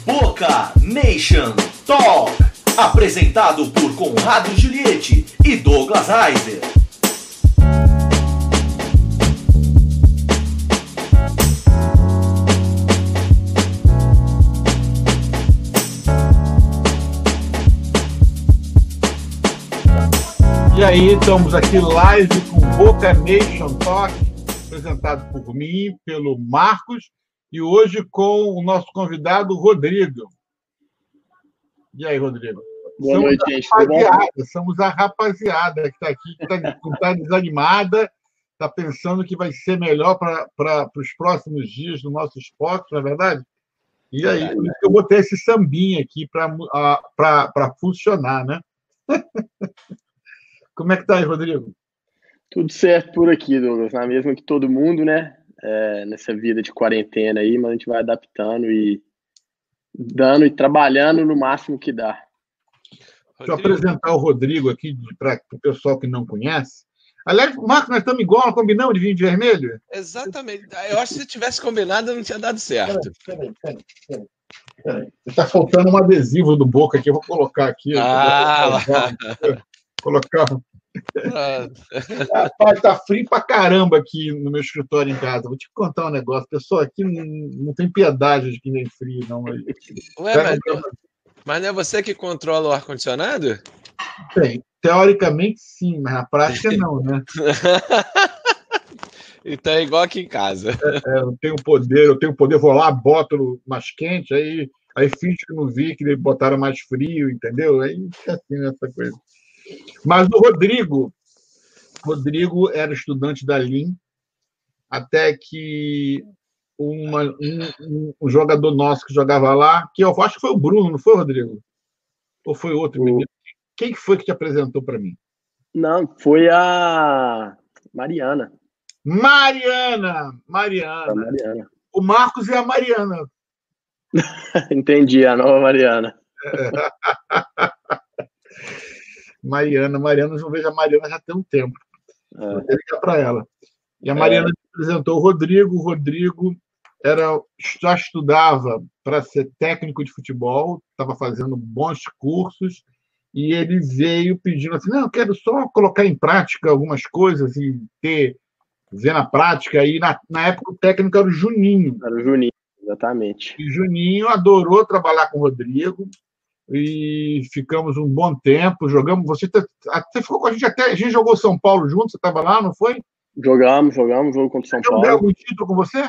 Boca Nation Talk, apresentado por Conrado Giulietti e Douglas Heiser. E aí, estamos aqui live com Boca Nation Talk, apresentado por mim, pelo Marcos, e hoje com o nosso convidado, Rodrigo. E aí, Rodrigo? Boa noite, gente. Somos a rapaziada que está aqui, que está desanimada, está pensando que vai ser melhor para os próximos dias do nosso esporte, não é verdade? E aí, por isso que eu botei esse sambinha aqui para funcionar, né? Como é que tá aí, Rodrigo? Tudo certo por aqui, Douglas. Na mesma que todo mundo, né? Nessa vida de quarentena aí, mas a gente vai adaptando e dando e trabalhando no máximo que dá. Deixa eu apresentar o Rodrigo aqui para o pessoal que não conhece. Aliás, Marcos, nós estamos igual, combinamos de vinho vermelho? Exatamente. Eu acho que se tivesse combinado, não tinha dado certo. Peraí. Está faltando um adesivo do Boca aqui, eu vou colocar aqui. Colocar. Rapaz, tá frio pra caramba aqui no meu escritório em casa. Vou te contar um negócio. Pessoal, aqui não tem piedade de que nem frio, não. Ué, mas não é você que controla o ar-condicionado? Tem. Teoricamente, sim, mas na prática, não, né? Então é igual aqui em casa. Eu tenho poder, vou lá, boto mais quente, aí finge que não vi, que botaram mais frio, entendeu? Aí é assim, essa coisa. Mas o Rodrigo era estudante da LIM, até que um jogador nosso que jogava lá, que eu acho que foi o Bruno, não foi, Rodrigo? Ou foi outro menino? Quem foi que te apresentou para mim? Não, foi a Mariana. Mariana. O Marcos é a Mariana. Entendi, a nova Mariana. Mariana, não vejo a Mariana já tem um tempo. Vou ter que ligar para ela. E a Mariana apresentou o Rodrigo. O Rodrigo já estudava para ser técnico de futebol, estava fazendo bons cursos, e ele veio pedindo assim: não, eu quero só colocar em prática algumas coisas e ver na prática. E na época o técnico era o Juninho. Era o Juninho, exatamente. E Juninho adorou trabalhar com o Rodrigo. E ficamos um bom tempo, jogamos. Você ficou com a gente até. A gente jogou São Paulo junto, você estava lá, não foi? Jogamos jogo contra o São Paulo. Ganhou algum título com você?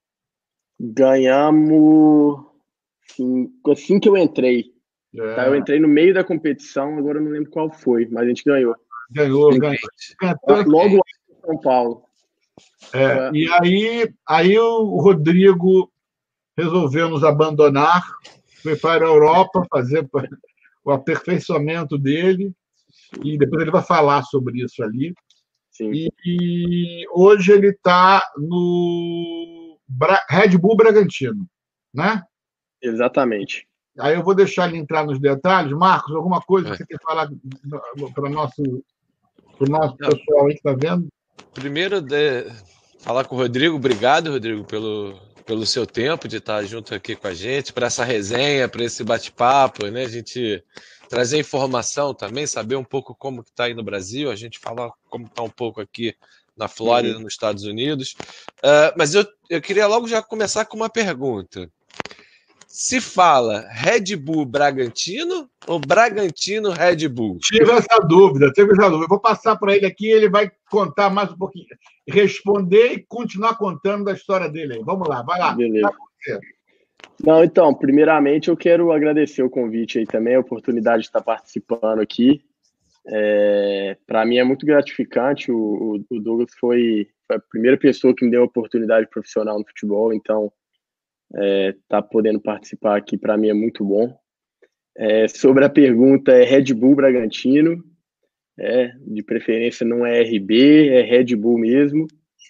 Ganhamos assim que eu entrei. Tá, eu entrei no meio da competição, agora eu não lembro qual foi, mas a gente ganhou. Ganhou. Logo no São Paulo. E aí o Rodrigo resolveu nos abandonar. Foi para a Europa fazer o aperfeiçoamento dele, e depois ele vai falar sobre isso ali. Sim. E hoje ele está no Red Bull Bragantino, né? Exatamente. Aí eu vou deixar ele entrar nos detalhes. Marcos, alguma coisa que você quer falar para o nosso pessoal aí que está vendo? Primeiro, falar com o Rodrigo. Obrigado, Rodrigo, pelo seu tempo de estar junto aqui com a gente, para essa resenha, para esse bate-papo, né? A gente trazer informação também, saber um pouco como que está aí no Brasil, a gente falar como está um pouco aqui na Flórida, nos Estados Unidos. Mas eu queria logo já começar com uma pergunta. Se fala Red Bull Bragantino ou Bragantino Red Bull? Tive essa dúvida. Eu vou passar para ele aqui, ele vai contar mais um pouquinho, responder e continuar contando da história dele aí. Vamos lá, vai lá. Beleza. Não, então, primeiramente eu quero agradecer o convite aí também, a oportunidade de estar participando aqui. Para mim é muito gratificante. O Douglas foi a primeira pessoa que me deu a oportunidade profissional no futebol, então tá podendo participar aqui para mim é muito bom. Sobre a pergunta, é Red Bull Bragantino, de preferência não é RB, é Red Bull mesmo.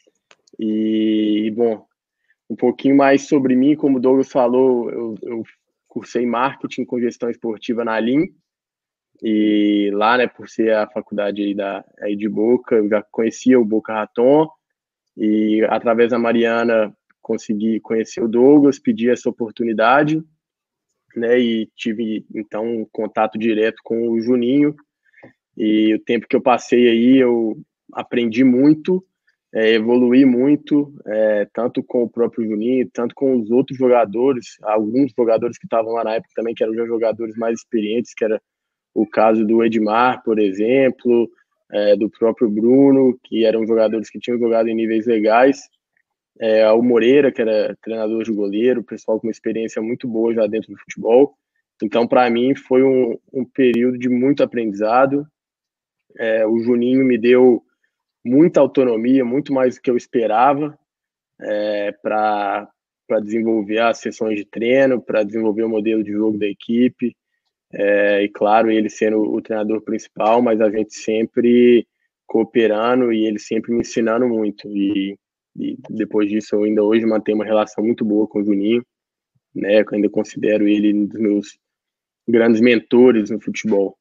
E, bom, um pouquinho mais sobre mim, como o Douglas falou, eu cursei marketing com gestão esportiva na LIM, e lá, né, por ser a faculdade aí de Boca, eu já conhecia o Boca Raton, e através da Mariana consegui conhecer o Douglas, pedi essa oportunidade, né? E tive, então, um contato direto com o Juninho. E o tempo que eu passei aí, eu aprendi muito, evoluí muito, tanto com o próprio Juninho, tanto com os outros jogadores, alguns jogadores que estavam lá na época também, que eram já jogadores mais experientes, que era o caso do Edmar, por exemplo, do próprio Bruno, que eram jogadores que tinham jogado em níveis legais, o Moreira, que era treinador de goleiro, o pessoal com uma experiência muito boa já dentro do futebol. Então, para mim, foi um período de muito aprendizado. O Juninho me deu muita autonomia, muito mais do que eu esperava, para desenvolver as sessões de treino, para desenvolver o modelo de jogo da equipe. E claro, ele sendo o treinador principal, mas a gente sempre cooperando e ele sempre me ensinando muito. E depois disso, eu ainda hoje mantenho uma relação muito boa com o Juninho, né? Eu ainda considero ele um dos meus grandes mentores no futebol.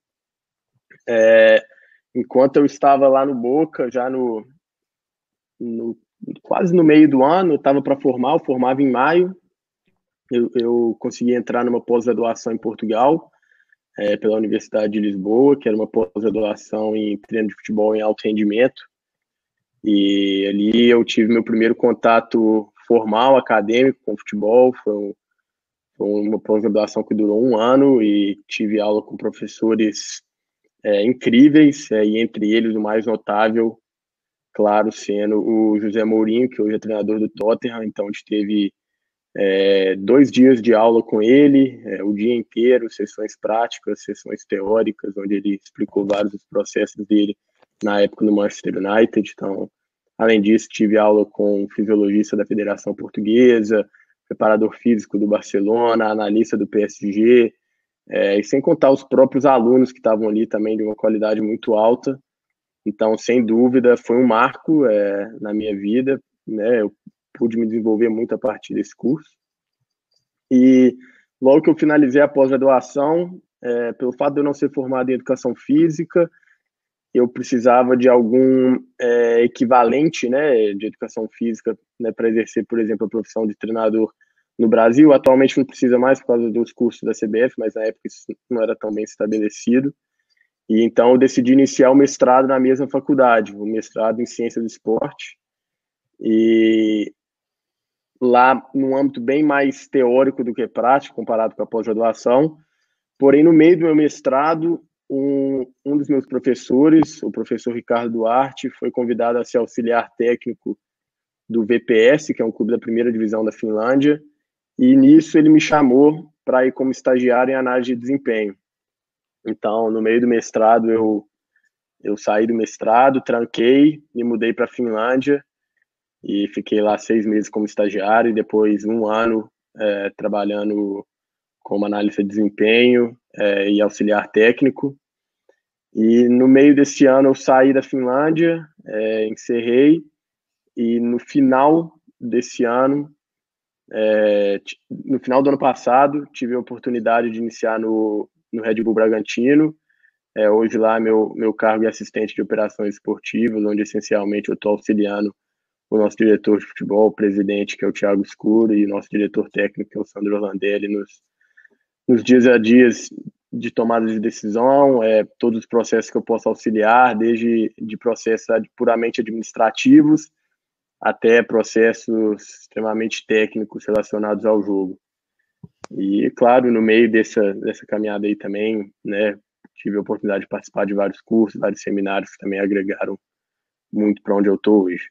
Enquanto eu estava lá no Boca, já quase no meio do ano, eu estava para formar, eu formava em maio, eu consegui entrar numa pós-graduação em Portugal, pela Universidade de Lisboa, que era uma pós-graduação em treino de futebol em alto rendimento, e ali eu tive meu primeiro contato formal, acadêmico com futebol. Foi uma pós-graduação que durou 1 ano e tive aula com professores incríveis, e entre eles o mais notável, claro, sendo o José Mourinho, que hoje é treinador do Tottenham. Então a gente teve 2 dias de aula com ele, o dia inteiro, sessões práticas, sessões teóricas, onde ele explicou vários dos processos dele na época no Manchester United. Então, além disso, tive aula com o fisiologista da Federação Portuguesa, preparador físico do Barcelona, analista do PSG, e sem contar os próprios alunos que estavam ali também de uma qualidade muito alta. Então, sem dúvida, foi um marco na minha vida, né? Eu pude me desenvolver muito a partir desse curso. E logo que eu finalizei a pós-graduação, pelo fato de eu não ser formado em educação física, eu precisava de algum equivalente, né, de educação física, né, para exercer, por exemplo, a profissão de treinador no Brasil. Atualmente não precisa mais por causa dos cursos da CBF, mas na época isso não era tão bem estabelecido. E então eu decidi iniciar o mestrado na mesma faculdade, o mestrado em Ciência do Esporte, e lá num âmbito bem mais teórico do que prático, comparado com a pós-graduação. Porém, no meio do meu mestrado, um dos meus professores, o professor Ricardo Duarte, foi convidado a ser auxiliar técnico do VPS, que é um clube da primeira divisão da Finlândia, e nisso ele me chamou para ir como estagiário em análise de desempenho. Então, no meio do mestrado, eu saí do mestrado, tranquei, me mudei para a Finlândia e fiquei lá 6 meses como estagiário, e depois 1 ano trabalhando como analista de desempenho e auxiliar técnico. E no meio desse ano eu saí da Finlândia, encerrei, e no final desse ano, no final do ano passado, tive a oportunidade de iniciar no Red Bull Bragantino. Hoje lá meu cargo é assistente de operações esportivas, onde essencialmente eu estou auxiliando o nosso diretor de futebol, o presidente, que é o Thiago Escuro, e o nosso diretor técnico, que é o Sandro Orlandelli, nos dias a dias de tomada de decisão, todos os processos que eu posso auxiliar, desde de processos puramente administrativos até processos extremamente técnicos relacionados ao jogo. E, claro, no meio dessa caminhada aí também, né, tive a oportunidade de participar de vários cursos, vários seminários que também agregaram muito para onde eu estou hoje.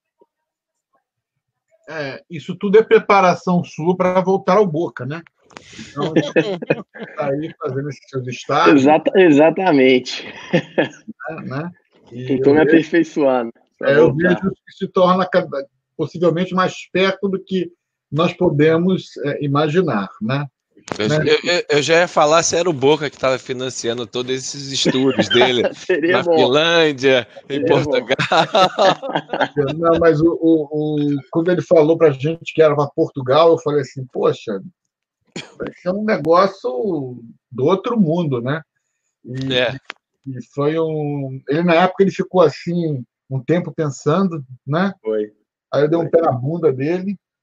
Isso tudo é preparação sua para voltar ao Boca, né? Então, está aí fazendo esses seus estágios. Exatamente. Né? Estou me aperfeiçoando. Eu vejo que se torna possivelmente mais perto do que nós podemos imaginar, né? Eu já ia falar se era o Boca que estava financiando todos esses estudos dele na Finlândia, em Portugal. Não, mas quando ele falou para a gente que era para Portugal, eu falei assim, poxa, vai ser um negócio do outro mundo, né? E foi ele, na época, ele ficou assim um tempo pensando, né? Foi. Aí eu dei um pé na bunda dele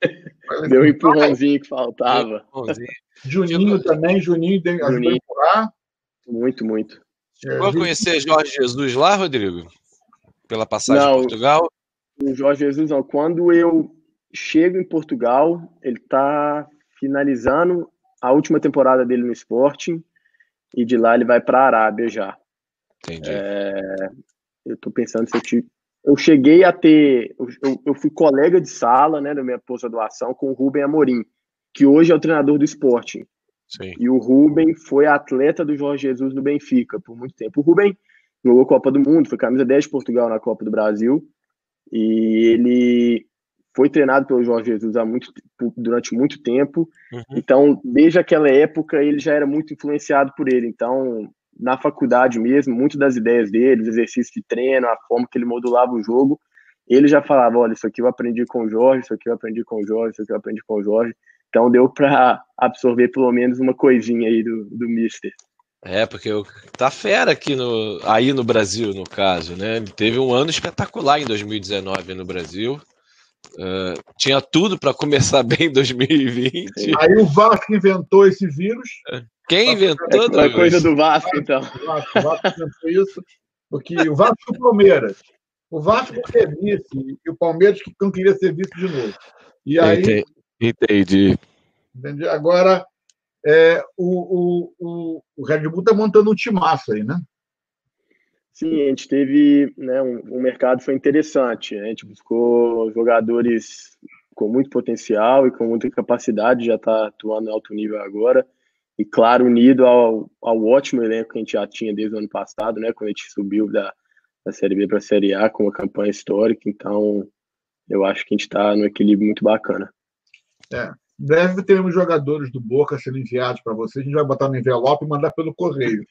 Deu um empurrãozinho que faltava. Juninho também, Juninho ajudou a empurrar. Muito, muito. Chegou a conhecer Jorge Jesus lá, Rodrigo? Pela passagem Não, em Portugal? O Jorge Jesus não. Quando eu chego em Portugal, ele está finalizando a última temporada dele no Sporting e de lá ele vai para a Arábia já. Entendi. Eu estou pensando se eu cheguei a ter... Eu fui colega de sala, né, da minha pós-graduação com o Rubem Amorim, que hoje é o treinador do Sporting. Sim. E o Rubem foi atleta do Jorge Jesus no Benfica por muito tempo. O Rubem jogou Copa do Mundo, foi camisa 10 de Portugal na Copa do Brasil, e ele foi treinado pelo Jorge Jesus durante muito tempo. Então, desde aquela época, ele já era muito influenciado por ele. Então, na faculdade mesmo, muitas das ideias dele, os exercícios de treino, a forma que ele modulava o jogo, ele já falava, olha, isso aqui eu aprendi com o Jorge, isso aqui eu aprendi com o Jorge, isso aqui eu aprendi com o Jorge. Então deu para absorver pelo menos uma coisinha aí do Mister. Porque tá fera aqui aí no Brasil, no caso, né? Ele teve um ano espetacular em 2019 no Brasil. Tinha tudo para começar bem em 2020. Aí o Vasco inventou esse vírus. Quem inventou? É coisa do Vasco, então. O Vasco inventou isso, porque o Vasco e o Palmeiras. O Vasco quer vice e o Palmeiras que não queria ser vice de novo. E aí... Entendi. Agora, o Red Bull está montando um timaço aí, né? Sim, a gente teve, né, um mercado foi interessante. A gente buscou jogadores com muito potencial e com muita capacidade, já está atuando em alto nível agora. E, claro, unido ao ótimo elenco que a gente já tinha desde o ano passado, né, quando a gente subiu da Série B para a Série A com uma campanha histórica. Então, eu acho que a gente está no equilíbrio muito bacana. Breve teremos jogadores do Boca sendo enviados para vocês. A gente vai botar no envelope e mandar pelo correio.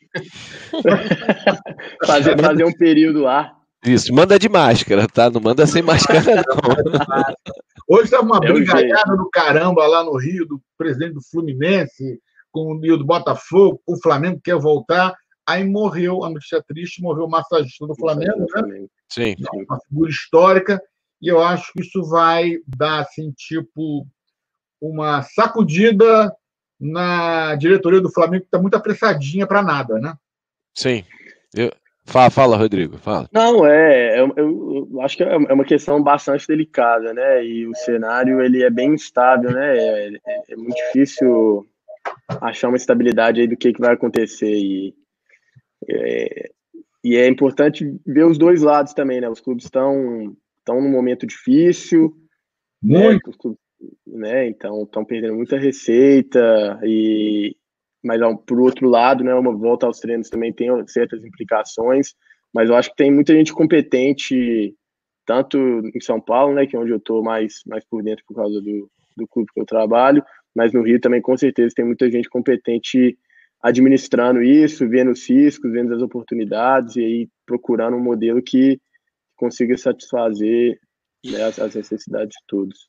fazer um período lá. Isso, manda de máscara, tá? Não manda sem máscara, não. Hoje estava uma brigalhada do caramba lá no Rio, do presidente do Fluminense, com o Rio do Botafogo, com o Flamengo que quer voltar. Aí morreu, a notícia triste, morreu o massagista do Flamengo, né? Sim. Uma figura histórica. E eu acho que isso vai dar, assim, tipo... uma sacudida na diretoria do Flamengo, que está muito apressadinha para nada, né? Sim. Fala, Rodrigo, fala. Não, eu acho que é uma questão bastante delicada, né? E o cenário, ele é bem instável, né? É muito difícil achar uma estabilidade aí do que vai acontecer. E é importante ver os dois lados também, né? Os clubes estão num momento difícil, muito, né? Então estão perdendo muita receita mas por outro lado, né, uma volta aos treinos também tem certas implicações, mas eu acho que tem muita gente competente tanto em São Paulo, né, que é onde eu estou mais por dentro por causa do clube que eu trabalho, mas no Rio também com certeza tem muita gente competente administrando isso, vendo os riscos, vendo as oportunidades e aí procurando um modelo que consiga satisfazer, né, as necessidades de todos.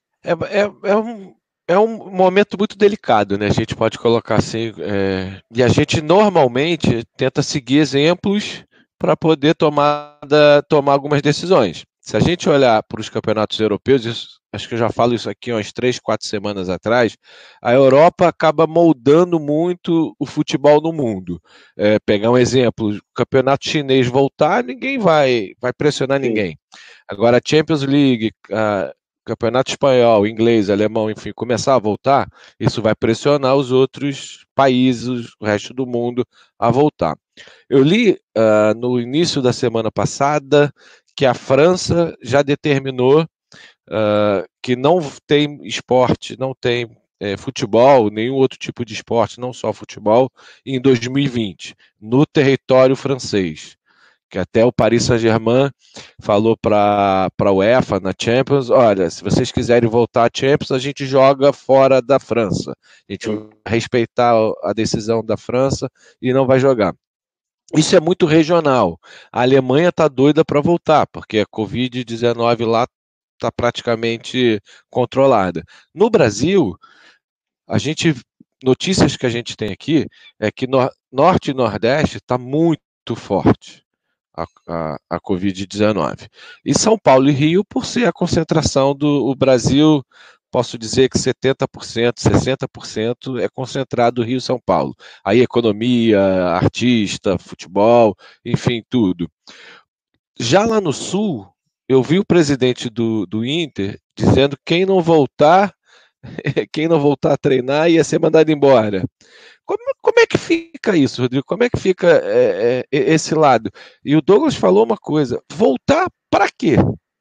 É um momento muito delicado, né? A gente pode colocar assim, e a gente normalmente tenta seguir exemplos para poder tomar algumas decisões. Se a gente olhar para os campeonatos europeus, acho que eu já falo isso aqui umas 3, 4 semanas atrás, a Europa acaba moldando muito o futebol no mundo. Pegar um exemplo, o campeonato chinês voltar, ninguém vai pressionar ninguém. Agora a Champions League, campeonato espanhol, inglês, alemão, enfim, começar a voltar, isso vai pressionar os outros países, o resto do mundo, a voltar. Eu li no início da semana passada que a França já determinou que não tem esporte, não tem futebol, nenhum outro tipo de esporte, não só futebol, em 2020, no território francês. Que até o Paris Saint-Germain falou para a UEFA na Champions, olha, se vocês quiserem voltar à Champions, a gente joga fora da França. A gente vai respeitar a decisão da França e não vai jogar. Isso é muito regional. A Alemanha está doida para voltar, porque a Covid-19 lá está praticamente controlada. No Brasil, notícias que a gente tem aqui é que Norte e Nordeste está muito forte. A Covid-19. E São Paulo e Rio, por ser a concentração do Brasil, posso dizer que 70%, 60% é concentrado Rio e São Paulo. Aí economia, artista, futebol, enfim, tudo. Já lá no Sul, eu vi o presidente do Inter dizendo que quem não voltar a treinar ia ser mandado embora. Como é que fica isso, Rodrigo? Como é que fica esse lado? E o Douglas falou uma coisa: voltar para quê?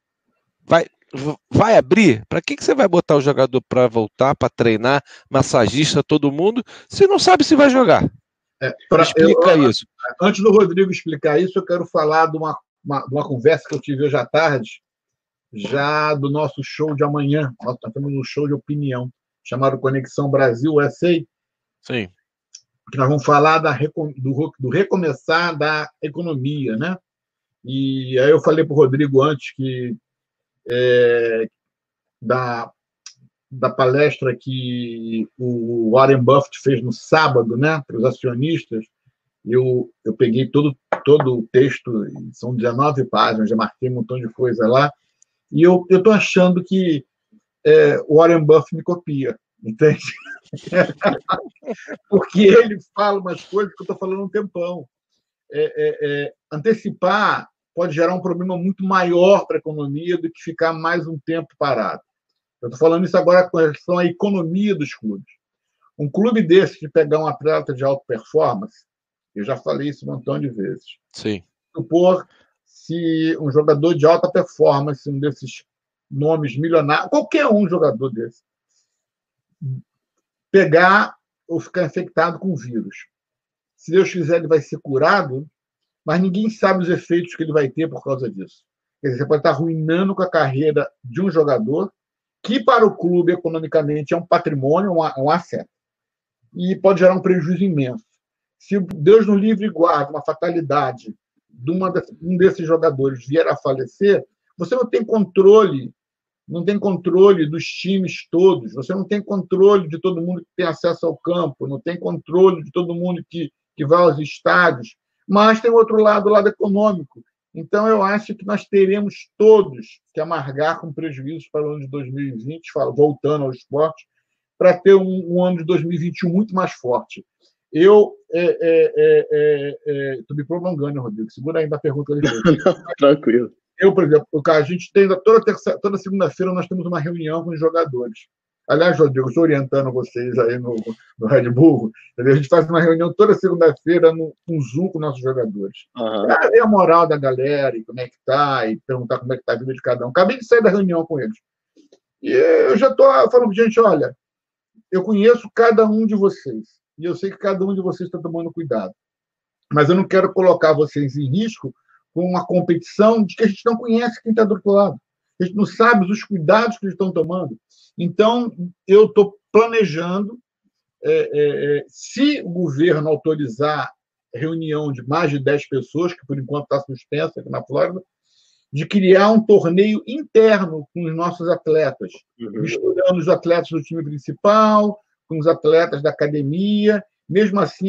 Vai abrir? Para que você vai botar o jogador para voltar, para treinar, massagista, todo mundo, se não sabe se vai jogar? Explica isso. Antes do Rodrigo explicar isso, eu quero falar de uma conversa que eu tive hoje à tarde, já do nosso show de amanhã. Nós temos um show de opinião, chamado Conexão Brasil USA. Sim. Que nós vamos falar do recomeçar da economia, né? E aí eu falei para o Rodrigo antes que da palestra que o Warren Buffett fez no sábado, né, para os acionistas. Eu peguei todo o texto, são 19 páginas, já marquei um montão de coisa lá, e eu estou achando que o Warren Buffett me copia, entende? Porque ele fala umas coisas que eu estou falando há um tempão. Antecipar pode gerar um problema muito maior para a economia do que ficar mais um tempo parado. Eu estou falando isso agora com relação à economia dos clubes. Um clube desse de pegar um atleta de alta performance, eu já falei isso um montão de vezes. Sim. Supor se um jogador de alta performance, um desses nomes milionários, qualquer jogador desse, pegar ou ficar infectado com vírus. Se Deus quiser, ele vai ser curado, mas ninguém sabe os efeitos que ele vai ter por causa disso. Quer dizer, você pode estar arruinando com a carreira de um jogador que, para o clube, economicamente, é um patrimônio, um asset, e pode gerar um prejuízo imenso. Se Deus nos livre e guarde uma fatalidade de um desses jogadores vier a falecer, você não tem controle dos times todos, você não tem controle de todo mundo que tem acesso ao campo, não tem controle de todo mundo que vai aos estádios, mas tem outro lado, o lado econômico. Então, eu acho que nós teremos todos que amargar com prejuízos para o ano de 2020, voltando ao esporte, para ter um ano de 2021 muito mais forte. Eu estou me prolongando, Rodrigo. Segura ainda a pergunta ali. Tranquilo. Eu, por exemplo, a gente tem toda segunda-feira nós temos uma reunião com os jogadores. Aliás, Rodrigo, estou orientando vocês aí no Red Bull. A gente faz uma reunião toda segunda-feira no Zoom com nossos jogadores. Para ver a moral da galera e como é que está, e perguntar como é que está a vida de cada um. Acabei de sair da reunião com eles. E eu já estou falando, gente, olha, eu conheço cada um de vocês. E eu sei que cada um de vocês está tomando cuidado. Mas eu não quero colocar vocês em risco com uma competição de que a gente não conhece quem está do outro lado. A gente não sabe os cuidados que eles estão tomando. Então, eu estou planejando, se o governo autorizar reunião de mais de 10 pessoas, que por enquanto está suspensa aqui na Flórida, de criar um torneio interno com os nossos atletas, misturando os atletas do time principal com os atletas da academia, mesmo assim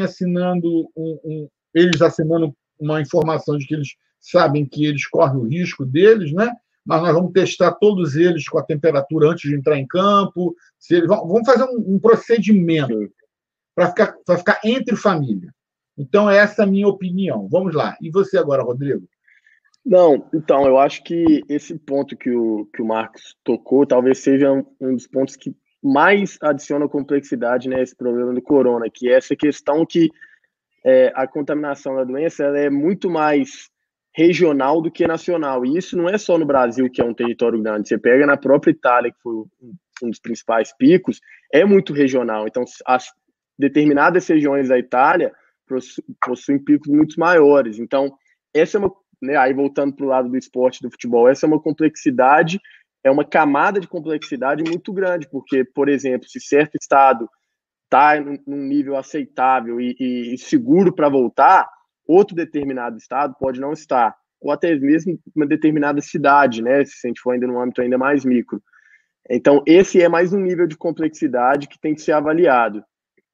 eles assinando uma informação de que eles sabem que eles correm o risco deles, né? Mas nós vamos testar todos eles com a temperatura antes de entrar em campo. Vamos fazer um procedimento para ficar entre família. Então, essa é a minha opinião. Vamos lá. E você agora, Rodrigo? Não, então, eu acho que esse ponto que o Marcos tocou talvez seja um dos pontos que mais adiciona complexidade nesse problema do corona, que é essa questão que a contaminação da doença ela é muito mais regional do que nacional. E isso não é só no Brasil, que é um território grande. Você pega na própria Itália, que foi um dos principais picos, é muito regional. Então, as determinadas regiões da Itália possuem picos muito maiores. Então, essa é uma... Né, aí, voltando para o lado do esporte, do futebol, essa é uma complexidade, é uma camada de complexidade muito grande, porque, por exemplo, se certo estado está num nível aceitável e seguro para voltar, outro determinado estado pode não estar, ou até mesmo uma determinada cidade, né, se a gente for ainda num âmbito ainda mais micro. Então, esse é mais um nível de complexidade que tem que ser avaliado.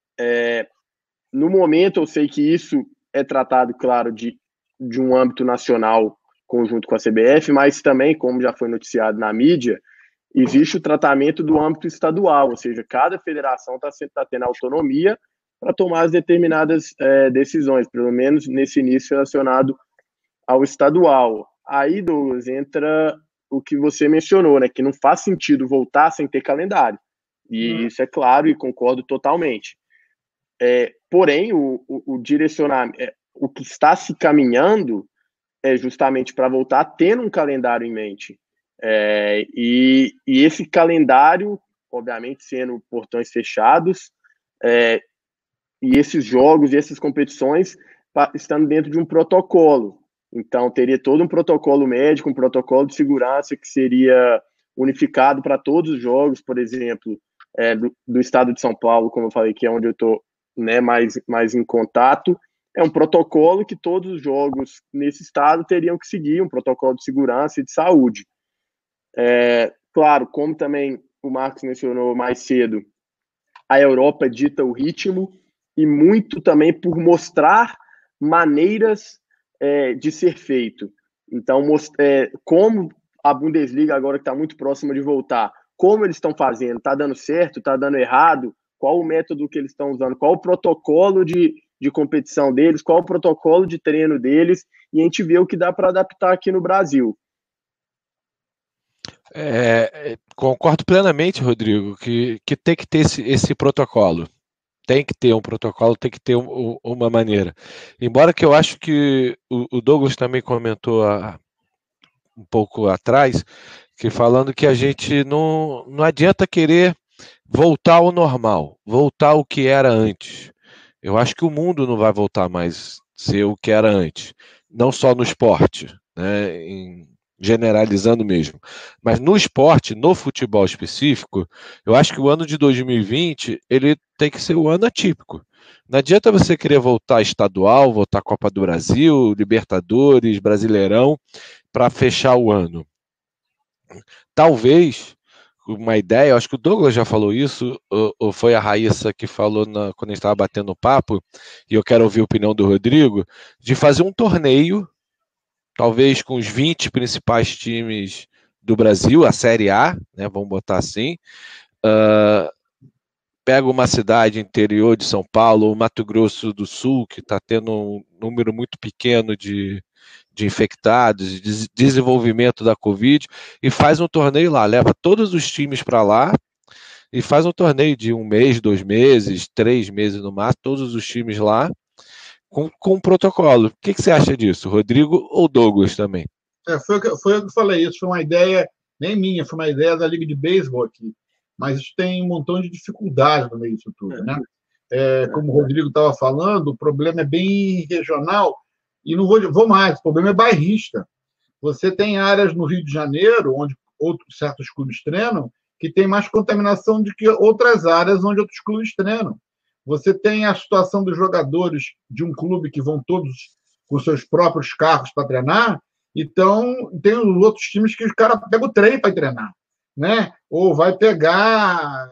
No momento, eu sei que isso é tratado, claro, de um âmbito nacional conjunto com a CBF, mas também, como já foi noticiado na mídia, existe o tratamento do âmbito estadual, ou seja, cada federação está tendo autonomia para tomar as determinadas decisões, pelo menos nesse início relacionado ao estadual. Aí, Douglas, entra o que você mencionou, né, que não faz sentido voltar sem ter calendário. E isso é claro e concordo totalmente. Porém, o direcionamento, o que está se caminhando é justamente para voltar tendo um calendário em mente. E esse calendário, obviamente, sendo portões fechados, e esses jogos e essas competições estando dentro de um protocolo. Então, teria todo um protocolo médico, um protocolo de segurança que seria unificado para todos os jogos, por exemplo, do estado de São Paulo, como eu falei, que é onde eu estou, né, mais em contato. É um protocolo que todos os jogos nesse estado teriam que seguir, um protocolo de segurança e de saúde. Claro, como também o Marcos mencionou mais cedo, a Europa dita o ritmo, e muito também por mostrar maneiras de ser feito. Então, como a Bundesliga agora que está muito próxima de voltar, como eles estão fazendo, está dando certo, está dando errado, qual o método que eles estão usando, qual o protocolo de competição deles, qual o protocolo de treino deles, e a gente vê o que dá para adaptar aqui no Brasil. Concordo plenamente, Rodrigo, que tem que ter esse protocolo. Tem que ter um protocolo, tem que ter uma maneira. Embora que eu acho que o Douglas também comentou um pouco atrás, que falando que a gente não adianta querer voltar ao normal, voltar ao que era antes. Eu acho que o mundo não vai voltar mais a ser o que era antes. Não só no esporte, né, generalizando mesmo. Mas no esporte, no futebol específico, eu acho que o ano de 2020 ele tem que ser o ano atípico. Não adianta você querer voltar estadual, voltar Copa do Brasil, Libertadores, Brasileirão, para fechar o ano. Talvez, uma ideia, acho que o Douglas já falou isso, ou foi a Raíssa que falou quando a gente estava batendo papo, e eu quero ouvir a opinião do Rodrigo, de fazer um torneio, talvez com os 20 principais times do Brasil, a Série A, né, vamos botar assim, pega uma cidade interior de São Paulo, ou Mato Grosso do Sul, que está tendo um número muito pequeno de infectados, de desenvolvimento da Covid, e faz um torneio lá, leva todos os times para lá, e faz um torneio de 1 mês, 2 meses, 3 meses no máximo, todos os times lá, com um protocolo. O que você acha disso, Rodrigo ou Douglas também? Foi eu que falei isso, foi uma ideia, nem minha, foi uma ideia da Liga de Beisebol aqui, mas isso tem um montão de dificuldades no meio disso tudo, né? Como o Rodrigo estava falando, o problema é bem regional, e não vou mais, o problema é bairrista. Você tem áreas no Rio de Janeiro, onde certos clubes treinam, que tem mais contaminação do que outras áreas onde outros clubes treinam. Você tem a situação dos jogadores de um clube que vão todos com seus próprios carros para treinar, então tem os outros times que os caras pegam o trem para treinar, né? Ou vai pegar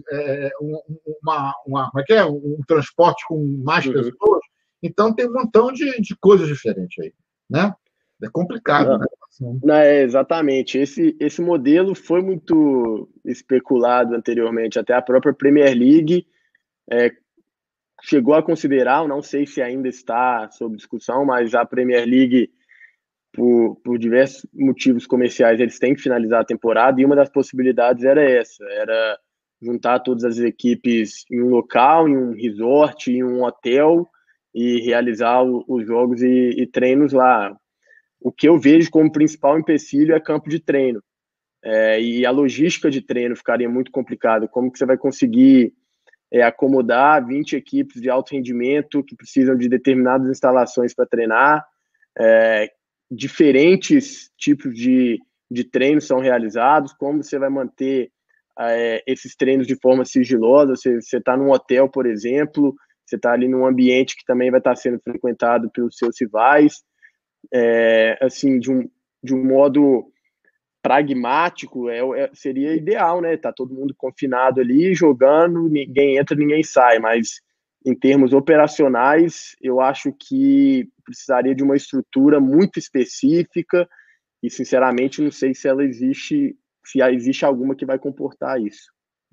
um transporte com mais pessoas. Então tem um montão de coisas diferentes aí, né? É complicado, né? Exatamente. Esse modelo foi muito especulado anteriormente. Até a própria Premier League chegou a considerar, não sei se ainda está sob discussão, mas a Premier League, por diversos motivos comerciais, eles têm que finalizar a temporada, e uma das possibilidades era juntar todas as equipes em um local, em um resort, em um hotel, e realizar os jogos e treinos lá. O que eu vejo como principal empecilho é campo de treino. E a logística de treino ficaria muito complicada. Como que você vai conseguir acomodar 20 equipes de alto rendimento que precisam de determinadas instalações para treinar? Diferentes tipos de treinos são realizados. Como você vai manter esses treinos de forma sigilosa? Você está num hotel, por exemplo, você está ali num ambiente que também vai estar sendo frequentado pelos seus rivais. Assim, de um modo pragmático, seria ideal, né? Tá todo mundo confinado ali, jogando, ninguém entra, ninguém sai, mas em termos operacionais, eu acho que precisaria de uma estrutura muito específica e, sinceramente, não sei se ela existe se existe alguma que vai comportar isso.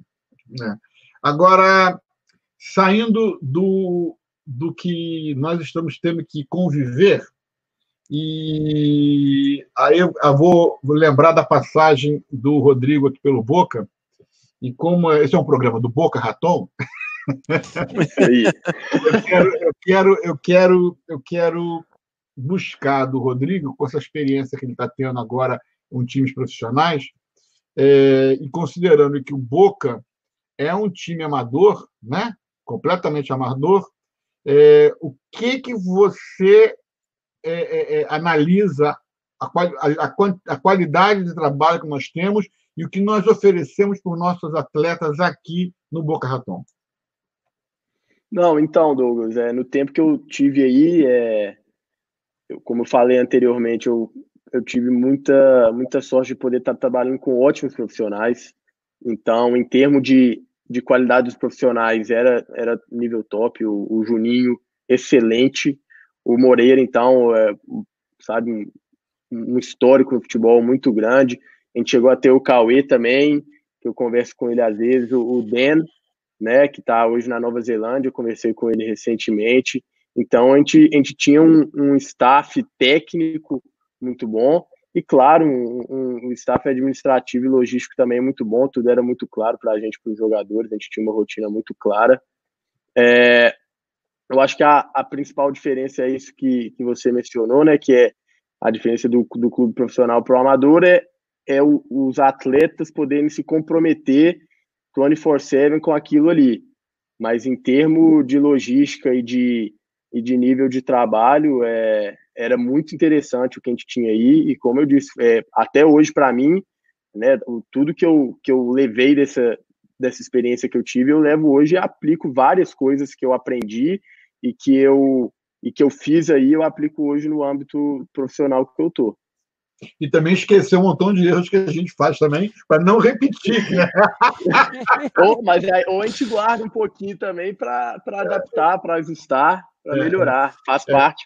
Agora, saindo do que nós estamos tendo que conviver, e aí eu vou lembrar da passagem do Rodrigo aqui pelo Boca, e como esse é um programa do Boca Raton, eu quero buscar do Rodrigo, com essa experiência que ele está tendo agora em times profissionais, e considerando que o Boca é um time amador, né? Completamente amador, o que você analisa a qualidade de trabalho que nós temos e o que nós oferecemos para os nossos atletas aqui no Boca Raton? Não, então, Douglas, no tempo que eu tive aí, como eu falei anteriormente, eu tive muita sorte de poder estar trabalhando com ótimos profissionais. Então, em termos de qualidade dos profissionais, era nível top. O Juninho, excelente. O Moreira, então, sabe, um histórico no futebol muito grande. A gente chegou a ter o Cauê também, que eu converso com ele às vezes, o Dan, né, que está hoje na Nova Zelândia, eu conversei com ele recentemente. Então, a gente tinha um staff técnico muito bom e, claro, um staff administrativo e logístico também muito bom. Tudo era muito claro para a gente, para os jogadores. A gente tinha uma rotina muito clara. Eu acho que a principal diferença é isso que você mencionou, né, que é a diferença do clube profissional para o amador, os atletas poderem se comprometer 24/7 com aquilo ali. Mas em termos de logística e de nível de trabalho, era muito interessante o que a gente tinha aí, e como eu disse, até hoje para mim, né, tudo que eu levei dessa experiência que eu tive, eu levo hoje e aplico várias coisas que eu aprendi e que eu fiz aí, eu aplico hoje no âmbito profissional que eu tô. E também esquecer um montão de erros que a gente faz também, para não repetir, né? Ou a gente guarda um pouquinho também para adaptar, para ajustar, para melhorar. Faz parte.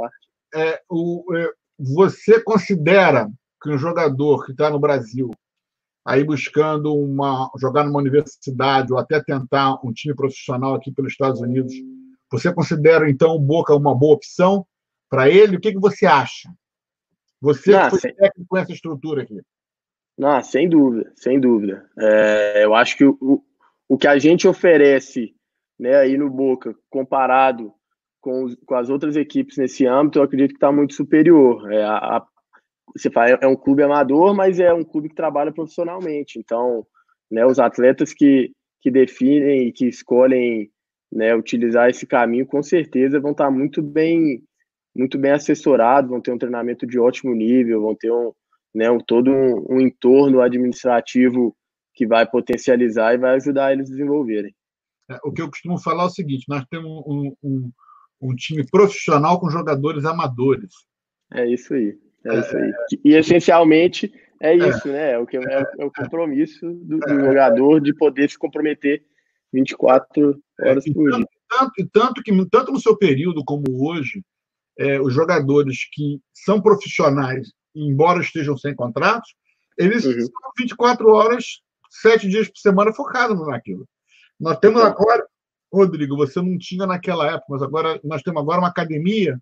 Você considera que um jogador que está no Brasil, aí buscando jogar numa universidade ou até tentar um time profissional aqui pelos Estados Unidos, você considera, então, o Boca uma boa opção para ele? O que você acha? Você que foi técnico com essa estrutura aqui. Não, sem dúvida. Eu acho que o que a gente oferece, né, aí no Boca, comparado com as outras equipes nesse âmbito, eu acredito que está muito superior. Você fala, é um clube amador, mas é um clube que trabalha profissionalmente. Então, né, os atletas que definem e que escolhem, né, utilizar esse caminho, com certeza vão estar muito bem assessorados, vão ter um treinamento de ótimo nível, vão ter todo um entorno administrativo que vai potencializar e vai ajudar eles a desenvolverem. O que eu costumo falar é o seguinte: nós temos um time profissional com jogadores amadores. É isso aí. E essencialmente é isso, né? É o compromisso do jogador de poder se comprometer 24 horas por dia. Tanto no seu período como hoje, os jogadores que são profissionais, embora estejam sem contratos, eles estão 24 horas, 7 dias por semana focados naquilo. Nós temos agora, Rodrigo, você não tinha naquela época, mas agora nós temos uma academia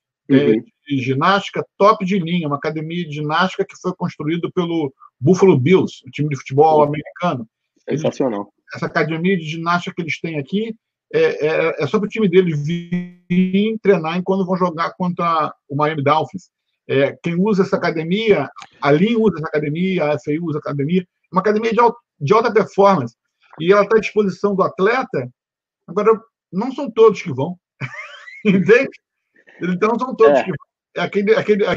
de ginástica top de linha, uma academia de ginástica que foi construída pelo Buffalo Bills, o time de futebol americano. Sensacional. Essa academia de ginástica que eles têm aqui é só para o time deles vir treinar quando vão jogar contra o Miami Dolphins. Quem usa essa academia, a Lean usa essa academia, a FAU usa essa academia, uma academia de alta performance. E ela está à disposição do atleta. Agora, não são todos que vão. Entende? Então, não são todos que vão.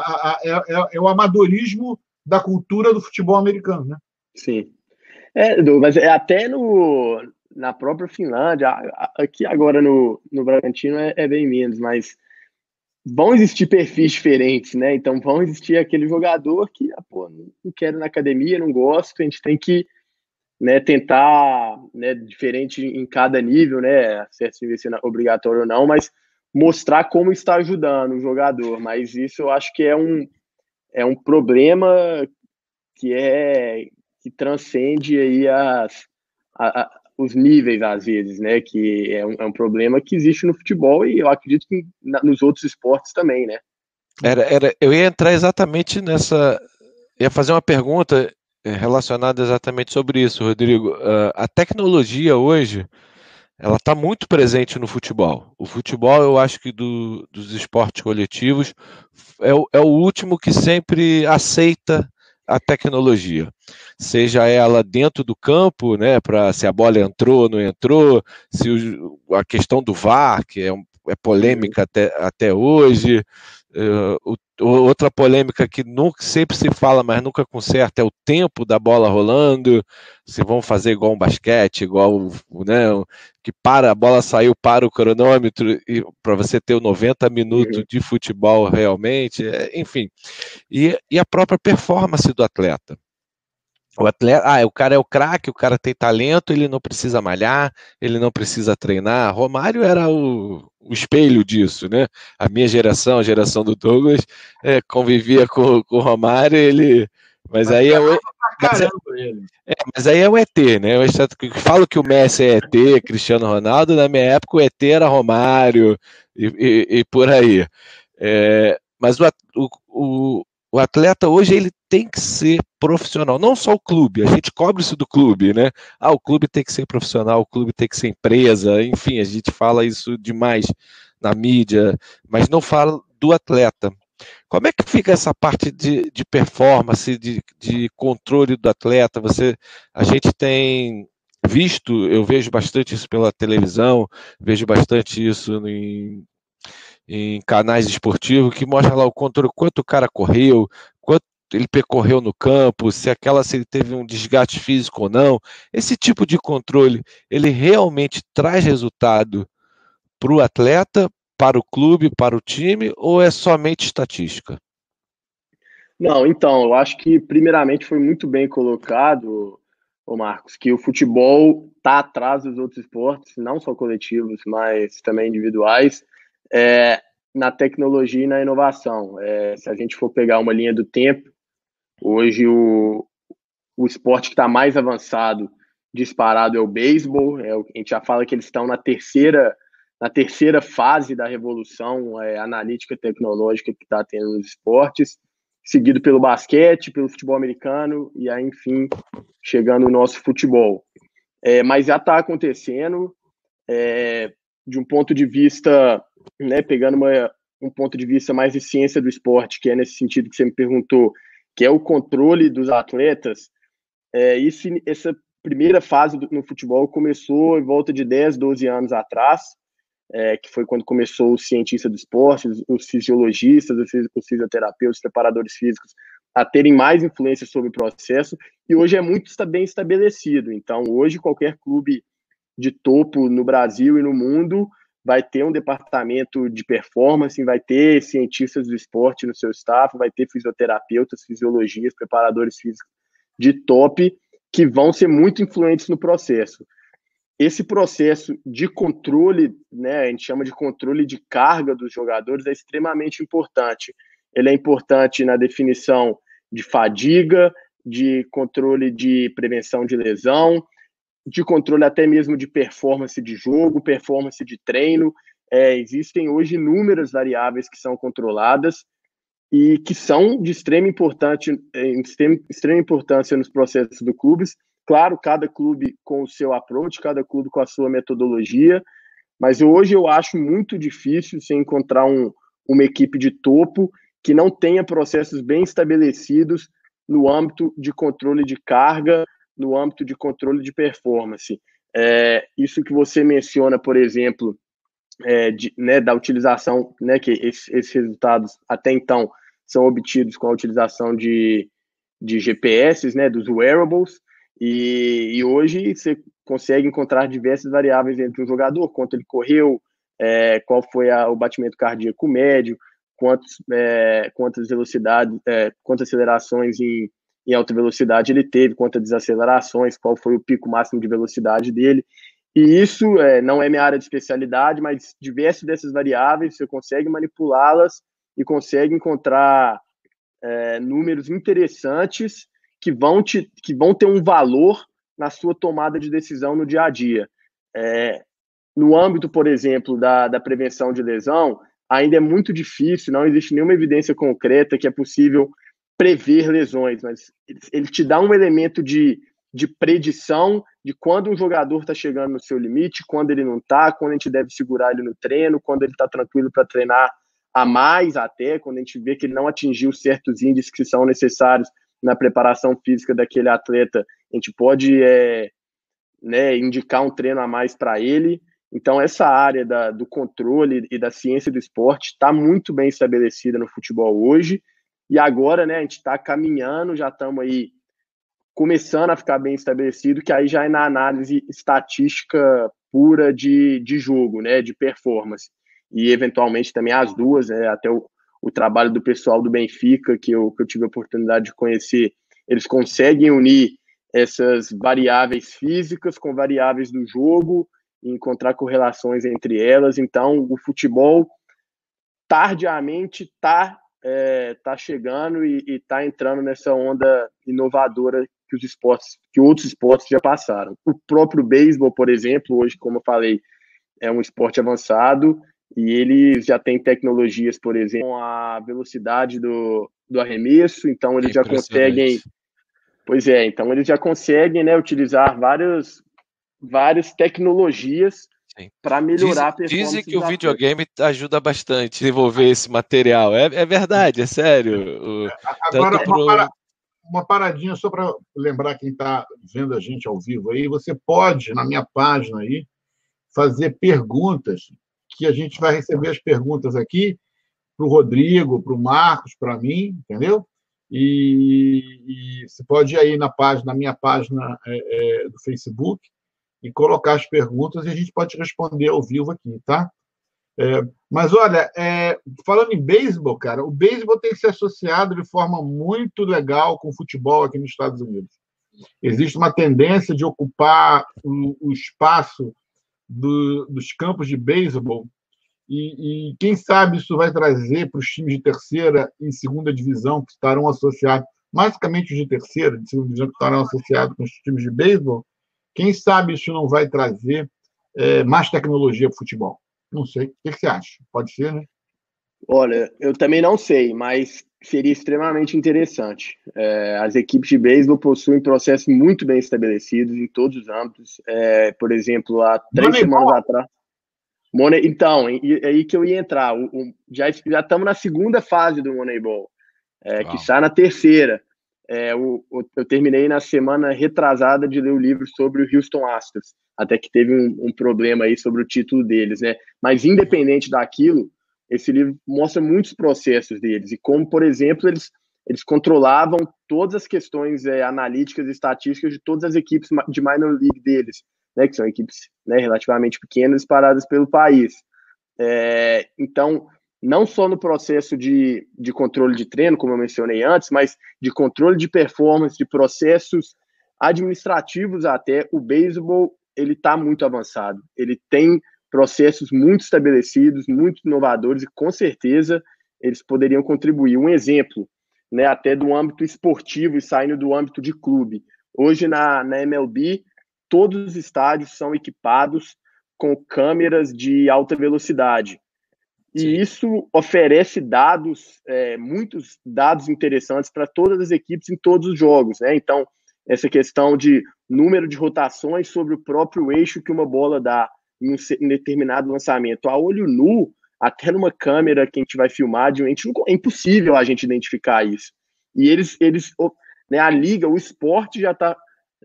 É o amadorismo da cultura do futebol americano, né? Sim. Mas até na própria Finlândia, aqui agora no Bragantino é bem menos, mas vão existir perfis diferentes, né? Então vão existir aquele jogador que, não quero ir na academia, não gosto, a gente tem que, né, tentar, né, diferente em cada nível, né, se é obrigatório ou não, mas mostrar como está ajudando o jogador. Mas isso eu acho que é um problema que transcende aí os níveis, às vezes, né? Que é um problema que existe no futebol e eu acredito que nos outros esportes também, né? Eu ia entrar exatamente nessa. Ia fazer uma pergunta relacionada exatamente sobre isso, Rodrigo. A tecnologia hoje, ela está muito presente no futebol. O futebol, eu acho que dos esportes coletivos, é o último que sempre aceita a tecnologia. Seja ela dentro do campo, né, para se a bola entrou ou não entrou, se a questão do VAR, que é polêmica até hoje. Outra polêmica que nunca, sempre se fala, mas nunca conserta, é o tempo da bola rolando. Se vão fazer igual um basquete, igual, né, que a bola saiu, para o cronômetro, para você ter 90 minutos de futebol realmente, enfim. E a própria performance do atleta. O atleta, o cara é o craque, o cara tem talento, ele não precisa malhar, ele não precisa treinar. Romário era o espelho disso, né? A minha geração, a geração do Douglas, convivia com o Romário, mas aí mas aí é o ET, né? Eu falo que o Messi é ET, Cristiano Ronaldo, na minha época o ET era Romário e por aí. Mas o atleta hoje ele tem que ser profissional, não só o clube, a gente cobre isso do clube, né? O clube tem que ser profissional, o clube tem que ser empresa, enfim, a gente fala isso demais na mídia, mas não fala do atleta. Como é que fica essa parte de performance, de controle do atleta? A gente tem visto, eu vejo bastante isso pela televisão, vejo bastante isso em canais esportivos, que mostra lá o controle, quanto o cara correu, quanto ele percorreu no campo, se ele teve um desgaste físico ou não. Esse tipo de controle, ele realmente traz resultado para o atleta, para o clube, para o time, ou é somente estatística? Não, então, eu acho que primeiramente foi muito bem colocado, Marcos, que o futebol está atrás dos outros esportes, não só coletivos, mas também individuais, na tecnologia e na inovação. Se a gente for pegar uma linha do tempo, hoje o esporte que está mais avançado, disparado, é o beisebol. A gente já fala que eles estão na terceira fase da revolução analítica tecnológica que está tendo nos esportes, seguido pelo basquete, pelo futebol americano e aí, enfim, chegando o nosso futebol. Mas já está acontecendo, de um ponto de vista, né, pegando um ponto de vista mais de ciência do esporte, que é nesse sentido que você me perguntou, que é o controle dos atletas. Essa primeira fase no futebol começou em volta de 10, 12 anos atrás, que foi quando começou os cientistas do esporte, os fisiologistas, os fisioterapeutas, os preparadores físicos, a terem mais influência sobre o processo, e hoje é muito bem estabelecido. Então, hoje, qualquer clube de topo no Brasil e no mundo vai ter um departamento de performance, vai ter cientistas do esporte no seu staff, vai ter fisioterapeutas, fisiologistas, preparadores físicos de top, que vão ser muito influentes no processo. Esse processo de controle, né, a gente chama de controle de carga dos jogadores, é extremamente importante. Ele é importante na definição de fadiga, de controle de prevenção de lesão, de controle até mesmo de performance de jogo, performance de treino. Existem hoje inúmeras variáveis que são controladas e que são de extrema importância nos processos do clubes. Claro, cada clube com o seu approach, cada clube com a sua metodologia, mas hoje eu acho muito difícil você encontrar uma equipe de topo que não tenha processos bem estabelecidos no âmbito de controle de carga, no âmbito de controle de performance. Isso que você menciona, por exemplo, da utilização, né, que esses resultados até então são obtidos com a utilização de GPS, né, dos wearables, e hoje você consegue encontrar diversas variáveis entre um jogador, quanto ele correu, qual foi o batimento cardíaco médio, quantas velocidades, quantas acelerações em alta velocidade ele teve, quantas desacelerações, qual foi o pico máximo de velocidade dele. E isso não é minha área de especialidade, mas diversas dessas variáveis você consegue manipulá-las e consegue encontrar números interessantes que vão ter um valor na sua tomada de decisão no dia a dia. No âmbito, por exemplo, da prevenção de lesão, ainda é muito difícil, não existe nenhuma evidência concreta que é possível prever lesões, mas ele te dá um elemento de predição de quando um jogador está chegando no seu limite, quando ele não está, quando a gente deve segurar ele no treino, quando ele está tranquilo para treinar a mais até, quando a gente vê que ele não atingiu certos índices que são necessários na preparação física daquele atleta, a gente pode indicar um treino a mais para ele. Então, essa área do controle e da ciência do esporte está muito bem estabelecida no futebol hoje, e agora, né, a gente está caminhando, já estamos aí começando a ficar bem estabelecido, que aí já é na análise estatística pura de jogo, né, de performance. E, eventualmente, também as duas, até o trabalho do pessoal do Benfica, que eu tive a oportunidade de conhecer, eles conseguem unir essas variáveis físicas com variáveis do jogo e encontrar correlações entre elas. Então, o futebol, tardiamente, está chegando e está entrando nessa onda inovadora que outros esportes já passaram. O próprio beisebol, por exemplo, hoje, como eu falei, é um esporte avançado e ele já tem tecnologias, por exemplo, com a velocidade do arremesso, então eles já conseguem... Pois é, então eles já conseguem, né, utilizar várias tecnologias para melhorar a performance. Dizem que o videogame ajuda bastante a desenvolver esse material. É verdade, é sério. Agora, uma paradinha só para lembrar quem está vendo a gente ao vivo aí. Você pode, na minha página aí, fazer perguntas, que a gente vai receber as perguntas aqui para o Rodrigo, para o Marcos, para mim, entendeu? E você pode ir aí na minha página do Facebook e colocar as perguntas e a gente pode responder ao vivo aqui, tá? Mas, olha, falando em beisebol, cara, o beisebol tem que ser associado de forma muito legal com o futebol aqui nos Estados Unidos. Existe uma tendência de ocupar o espaço dos campos de beisebol e quem sabe isso vai trazer para os times de terceira e segunda divisão que estarão associados, basicamente os de terceira e segunda divisão que estarão associados com os times de beisebol, quem sabe isso não vai trazer mais tecnologia para o futebol? Não sei. O que você acha? Pode ser, né? Olha, eu também não sei, mas seria extremamente interessante. As equipes de beisebol possuem processos muito bem estabelecidos em todos os âmbitos. Por exemplo, há 3 semanas atrás... Então, é aí que eu ia entrar. Já estamos na segunda fase do Moneyball, que está na terceira. Eu terminei na semana retrasada de ler o livro sobre o Houston Astros, até que teve um problema aí sobre o título deles, né? Mas, independente daquilo, esse livro mostra muitos processos deles e como, por exemplo, eles controlavam todas as questões analíticas e estatísticas de todas as equipes de minor league deles, né, que são equipes, né, relativamente pequenas espalhadas pelo país. Então, não só no processo de controle de treino, como eu mencionei antes, mas de controle de performance, de processos administrativos até, o beisebol ele está muito avançado. Ele tem processos muito estabelecidos, muito inovadores e, com certeza, eles poderiam contribuir. Um exemplo, né, até do âmbito esportivo e saindo do âmbito de clube. Hoje, na MLB, todos os estádios são equipados com câmeras de alta velocidade. E Sim. Isso oferece muitos dados interessantes para todas as equipes em todos os jogos, né? Então, essa questão de número de rotações sobre o próprio eixo que uma bola dá em um determinado lançamento. A olho nu, até numa câmera que a gente vai filmar, é impossível a gente identificar isso. E eles né, a liga, o esporte já está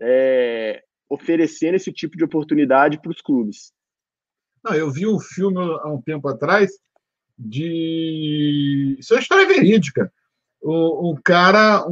oferecendo esse tipo de oportunidade para os clubes. Não, eu vi um filme há um tempo atrás isso é uma história verídica. O cara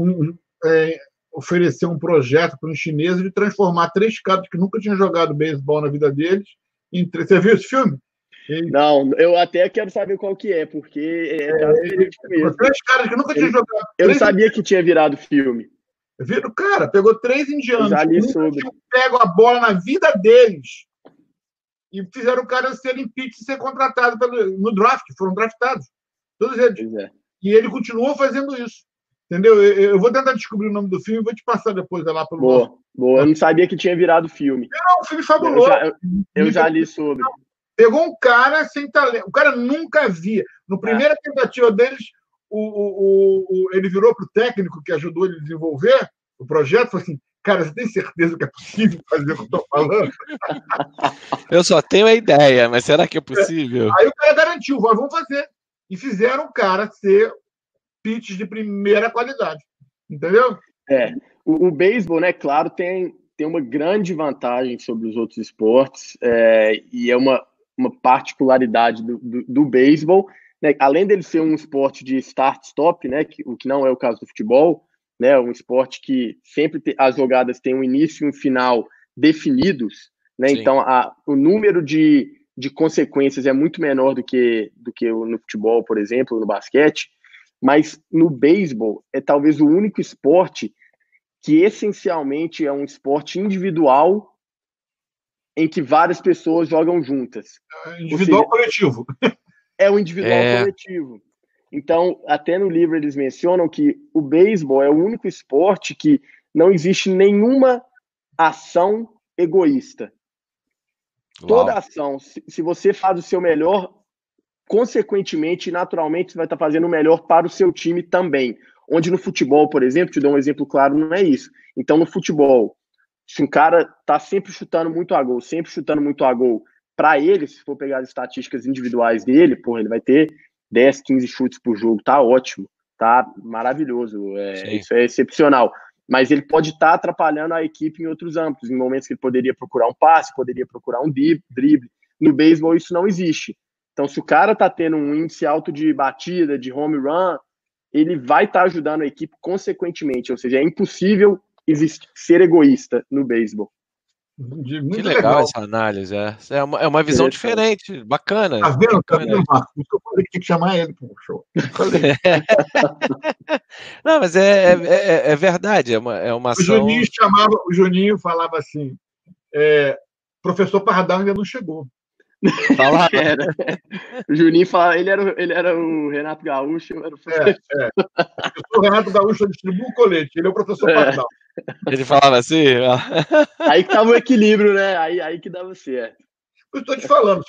ofereceu um projeto para um chinês de transformar 3 caras que nunca tinham jogado beisebol na vida deles em 3. Você viu esse filme? Não, eu até quero saber qual que é, porque verídico mesmo. 3 caras que nunca tinham jogado. Eu não sabia que tinha virado filme. Viram, cara, pegou 3 indianos que nunca tinham pego a bola na vida deles e fizeram o cara ser impeachment e ser contratado no draft, foram draftados. Todos eles. E ele continuou fazendo isso. Entendeu? Eu vou tentar descobrir o nome do filme e vou te passar depois lá pelo Boa. Eu não sabia que tinha virado filme. É um filme fabuloso. Eu já li sobre. Pegou um cara sem talento. O cara nunca via. No primeira tentativa deles, ele virou para o técnico que ajudou ele a desenvolver o projeto e falou assim: cara, você tem certeza que é possível fazer o que eu estou falando? Eu só tenho a ideia, mas será que é possível? Aí o cara garantiu, vamos fazer. E fizeram o cara ser pitch de primeira qualidade. Entendeu? O beisebol, né, claro, tem uma grande vantagem sobre os outros esportes, e é uma particularidade do beisebol, né, além dele ser um esporte de start-stop, né, o que não é o caso do futebol, né, um esporte que sempre as jogadas têm um início e um final definidos, né, então o número de consequências é muito menor do que no futebol, por exemplo, no basquete, mas no beisebol é talvez o único esporte que essencialmente é um esporte individual em que várias pessoas jogam juntas. Individual coletivo. É o individual coletivo. Então, até no livro eles mencionam que o beisebol é o único esporte que não existe nenhuma ação egoísta. Uau. Toda ação, se você faz o seu melhor, consequentemente, naturalmente, você vai estar fazendo o melhor para o seu time também. Onde no futebol, por exemplo, te dou um exemplo claro, não é isso. Então, no futebol, se um cara está sempre chutando muito a gol, para ele, se for pegar as estatísticas individuais dele, ele vai ter 10, 15 chutes por jogo, tá ótimo, tá maravilhoso, isso é excepcional. Mas ele pode estar atrapalhando a equipe em outros âmbitos, em momentos que ele poderia procurar um passe, poderia procurar um drible. No beisebol isso não existe. Então, se o cara está tendo um índice alto de batida, de home run, ele vai estar ajudando a equipe consequentemente. Ou seja, é impossível ser egoísta no beisebol. Que legal essa análise. É uma visão diferente, bacana. Tá vendo, Marcos? Eu falei que tinha que chamar ele para o show. Não, mas é verdade, é uma ação... O Juninho falava assim, professor Pardal ainda não chegou. O Juninho fala, ele era o Renato Gaúcho, eu era o professor. O Renato Gaúcho distribui o colete, ele é o professor Pardal. Ele falava assim. Aí que tava o equilíbrio, né? Aí que dava certo. Eu estou te falando.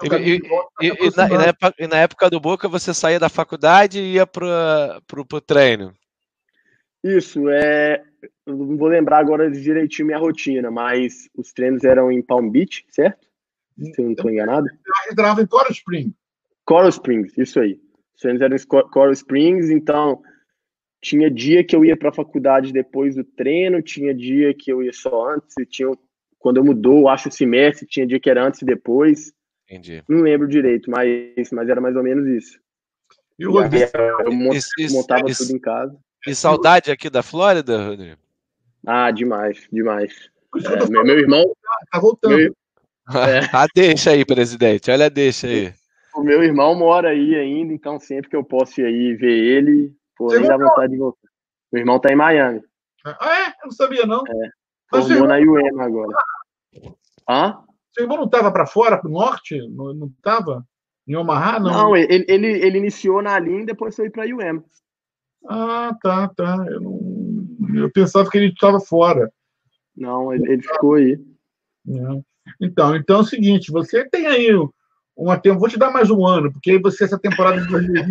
E na época do Boca, você saía da faculdade e ia pro treino? Isso, eu não vou lembrar agora direitinho minha rotina, mas os treinos eram em Palm Beach, certo? Se eu não estou enganado. Eu entrava em Coral Springs. Coral Springs, isso aí. Os treinos eram em Coral Springs, então tinha dia que eu ia para a faculdade depois do treino, tinha dia que eu ia só antes, quando eu mudou, acho o semestre, tinha dia que era antes e depois. Entendi. Não lembro direito, mas era mais ou menos isso. E o Rodrigo? Eu montava tudo em casa. E saudade aqui da Flórida, Rodrigo? Ah, demais. Meu irmão... Tá voltando. Deixa aí, presidente. Olha, deixa aí. O meu irmão mora aí ainda, então sempre que eu posso ir aí ver ele, nem dá vontade de voltar. Meu irmão tá em Miami. Eu não sabia, não. Formou na UM agora. Seu irmão não estava para fora, para o norte? Não estava? Em Omaha, não? Não, ele iniciou na Lin e depois foi para UM. Ah, tá. Eu pensava que ele estava fora. Não, ele ficou aí. Então é o seguinte, você tem aí vou te dar mais um ano, porque aí você, essa temporada de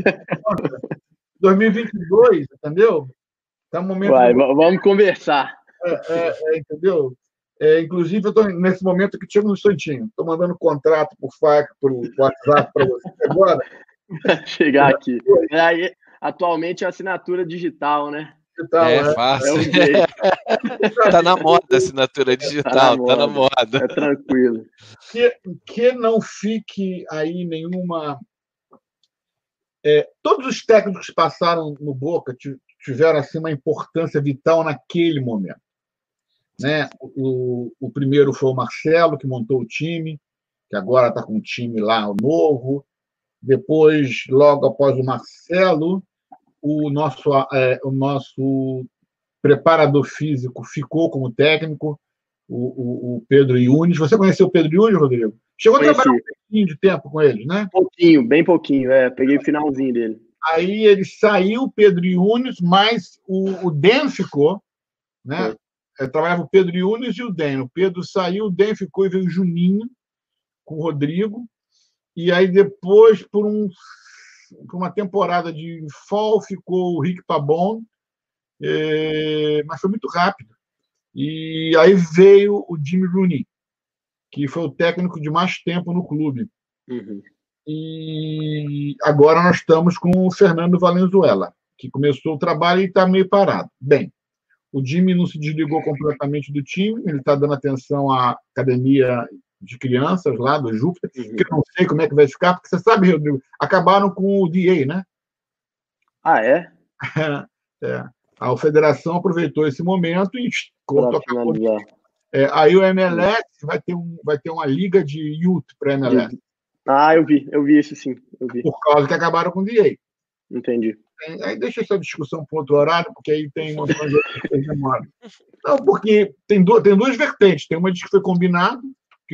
2022, entendeu? Tá um momento... vamos conversar. Entendeu? Inclusive, eu estou nesse momento que tinha um instantinho. Estou mandando contrato por WhatsApp para você agora. Chegar aqui. Atualmente é assinatura digital, né? Fácil. Tá na moda a assinatura digital, tá na moda. É tranquilo. Que não fique aí nenhuma... todos os técnicos que passaram no Boca tiveram assim, uma importância vital naquele momento. Né? O primeiro foi o Marcelo, que montou o time, que agora está com um time lá novo. Depois, logo após o Marcelo, o nosso preparador físico ficou como técnico, o Pedro Yunes. Você conheceu o Pedro Yunes, Rodrigo? Chegou a trabalhar um pouquinho de tempo com ele, né? Bem pouquinho. Peguei o finalzinho dele. Aí ele saiu, o Pedro Yunes, mas o Den ficou, né? Trabalhava o Pedro Yunes e o Den. O Pedro saiu, o Den ficou e veio o Juninho com o Rodrigo. E aí depois, por uma temporada de fall, ficou o Rick Pabon, mas foi muito rápido. E aí veio o Jimmy Rooney, que foi o técnico de mais tempo no clube. E agora nós estamos com o Fernando Valenzuela, que começou o trabalho e está meio parado. Bem, o Jimmy não se desligou completamente do time, ele está dando atenção à academia de crianças lá do Júpiter, que eu não sei como é que vai ficar, porque você sabe, Rodrigo, acabaram com o DA, né? Ah, é? A federação aproveitou esse momento e Para finalizar. Aí o MLS vai ter uma liga de youth para a MLS. Ah, eu vi isso sim. Por causa que acabaram com o DA. Entendi. Aí deixa essa discussão para outro horário, porque aí tem uma coisa que demora. Não, porque tem duas vertentes. Tem uma diz que foi combinado, que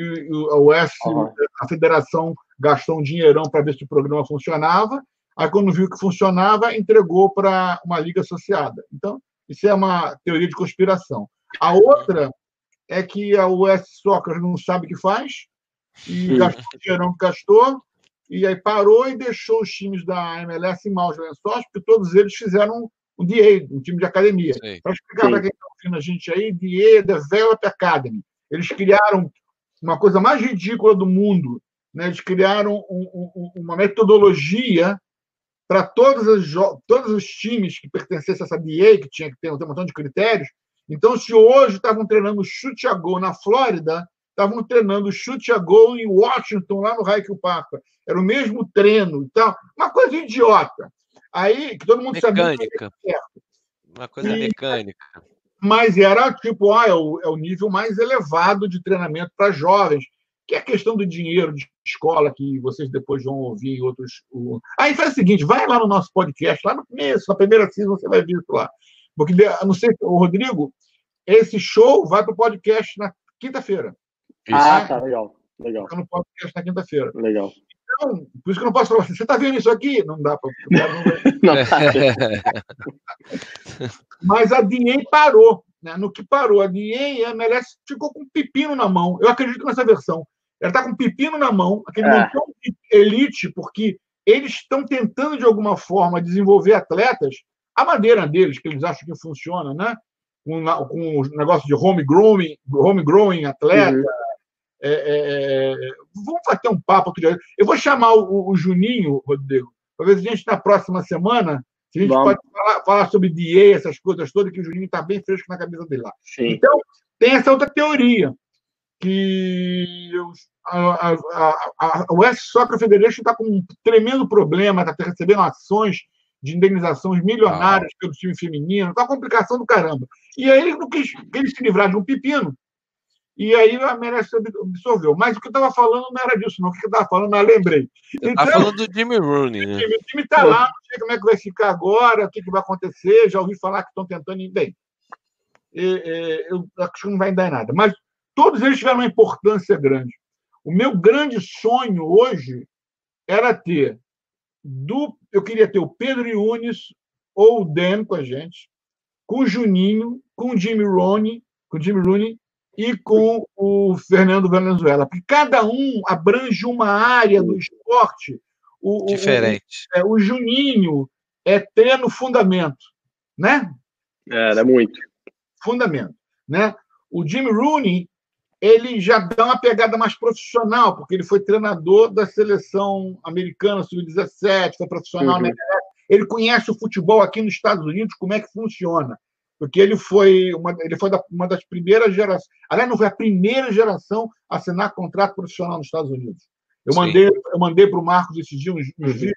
a federação gastou um dinheirão para ver se o programa funcionava. Aí, quando viu que funcionava, entregou para uma liga associada. Então, isso é uma teoria de conspiração. A outra é que a US Soccer não sabe o que faz e gastou o dinheirão que gastou, e aí parou e deixou os times da MLS em maus lençóis, porque todos eles fizeram um DA, um time de academia. Para explicar para quem está ouvindo a gente aí, DA, Develop Academy. Eles criaram uma coisa mais ridícula do mundo, né? Eles criaram uma metodologia para todos os times que pertencessem a essa DA, que tinha que ter um montão de critérios. Então, se hoje estavam treinando chute a gol na Flórida, estavam treinando chute a gol em Washington, lá no Highfield Park. Era o mesmo treino e tal. Uma coisa idiota. Aí, que todo mundo sabia que era certo. Uma coisa mecânica. Mas era tipo, é o nível mais elevado de treinamento para jovens, que é a questão do dinheiro de escola, que vocês depois vão ouvir em outros. Aí faz o seguinte: vai lá no nosso podcast, lá no começo, na primeira season, você vai ver isso lá. Porque, não sei, o Rodrigo, esse show vai para o podcast na quinta-feira. Tá, legal. Fica no podcast na quinta-feira. Legal. Então, por isso que eu não posso falar, você está vendo isso aqui? Não dá para. Mas a DA parou. Né? No que parou, a DA, a MLS ficou com um pepino na mão. Eu acredito nessa versão. Ela está com um pepino na mão, aquele montão de elite, porque eles estão tentando, de alguma forma, desenvolver atletas à maneira deles, que eles acham que funciona, né? Com o negócio de homegrowing atleta. Vamos bater um papo outro dia. Eu vou chamar o Juninho, Rodrigo, para ver se a gente, na próxima semana, se a gente pode falar sobre DA, essas coisas todas, que o Juninho está bem fresco na cabeça dele lá. Sim. Então, tem essa outra teoria, que a US Soccer Federation está com um tremendo problema, está recebendo ações de indenizações milionárias pelo time feminino, está uma complicação do caramba. E aí ele não quis se livrar de um pepino, e aí a MLS absorveu. Mas o que eu estava falando não era disso, não. O que eu estava falando, eu lembrei. Eu estava falando do Jimmy Rooney, né? O time está lá, não sei como é que vai ficar agora, o que vai acontecer, já ouvi falar que estão tentando ir bem. Eu acho que não vai dar em nada. Mas todos eles tiveram uma importância grande. O meu grande sonho hoje era eu queria ter o Pedro Yunes ou o Dan com a gente, com o Juninho, com o Jimmy Rooney e com o Fernando Valenzuela, porque cada um abrange uma área do esporte diferente. O Juninho é treino fundamento, né? Era muito. Fundamento, né? O Jimmy Rooney, ele já dá uma pegada mais profissional, porque ele foi treinador da seleção americana, sub-17, foi profissional na MLS. Ele conhece o futebol aqui nos Estados Unidos, como é que funciona. Porque ele foi uma das primeiras gerações. Aliás, não foi a primeira geração a assinar contrato profissional nos Estados Unidos. Eu mandei para o Marcos esses dias uns vídeos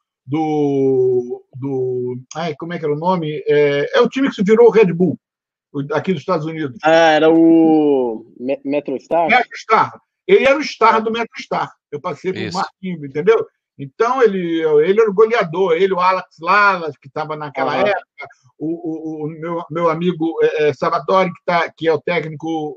como é que era o nome? É o time que se virou o Red Bull, aqui dos Estados Unidos. Era o MetroStar? MetroStar. Ele era o star do MetroStar. Eu passei por Marquinhos, entendeu? Então, ele era o goleador. Ele, o Alex Lalas, que estava naquela época, o meu amigo Salvatore, que é o técnico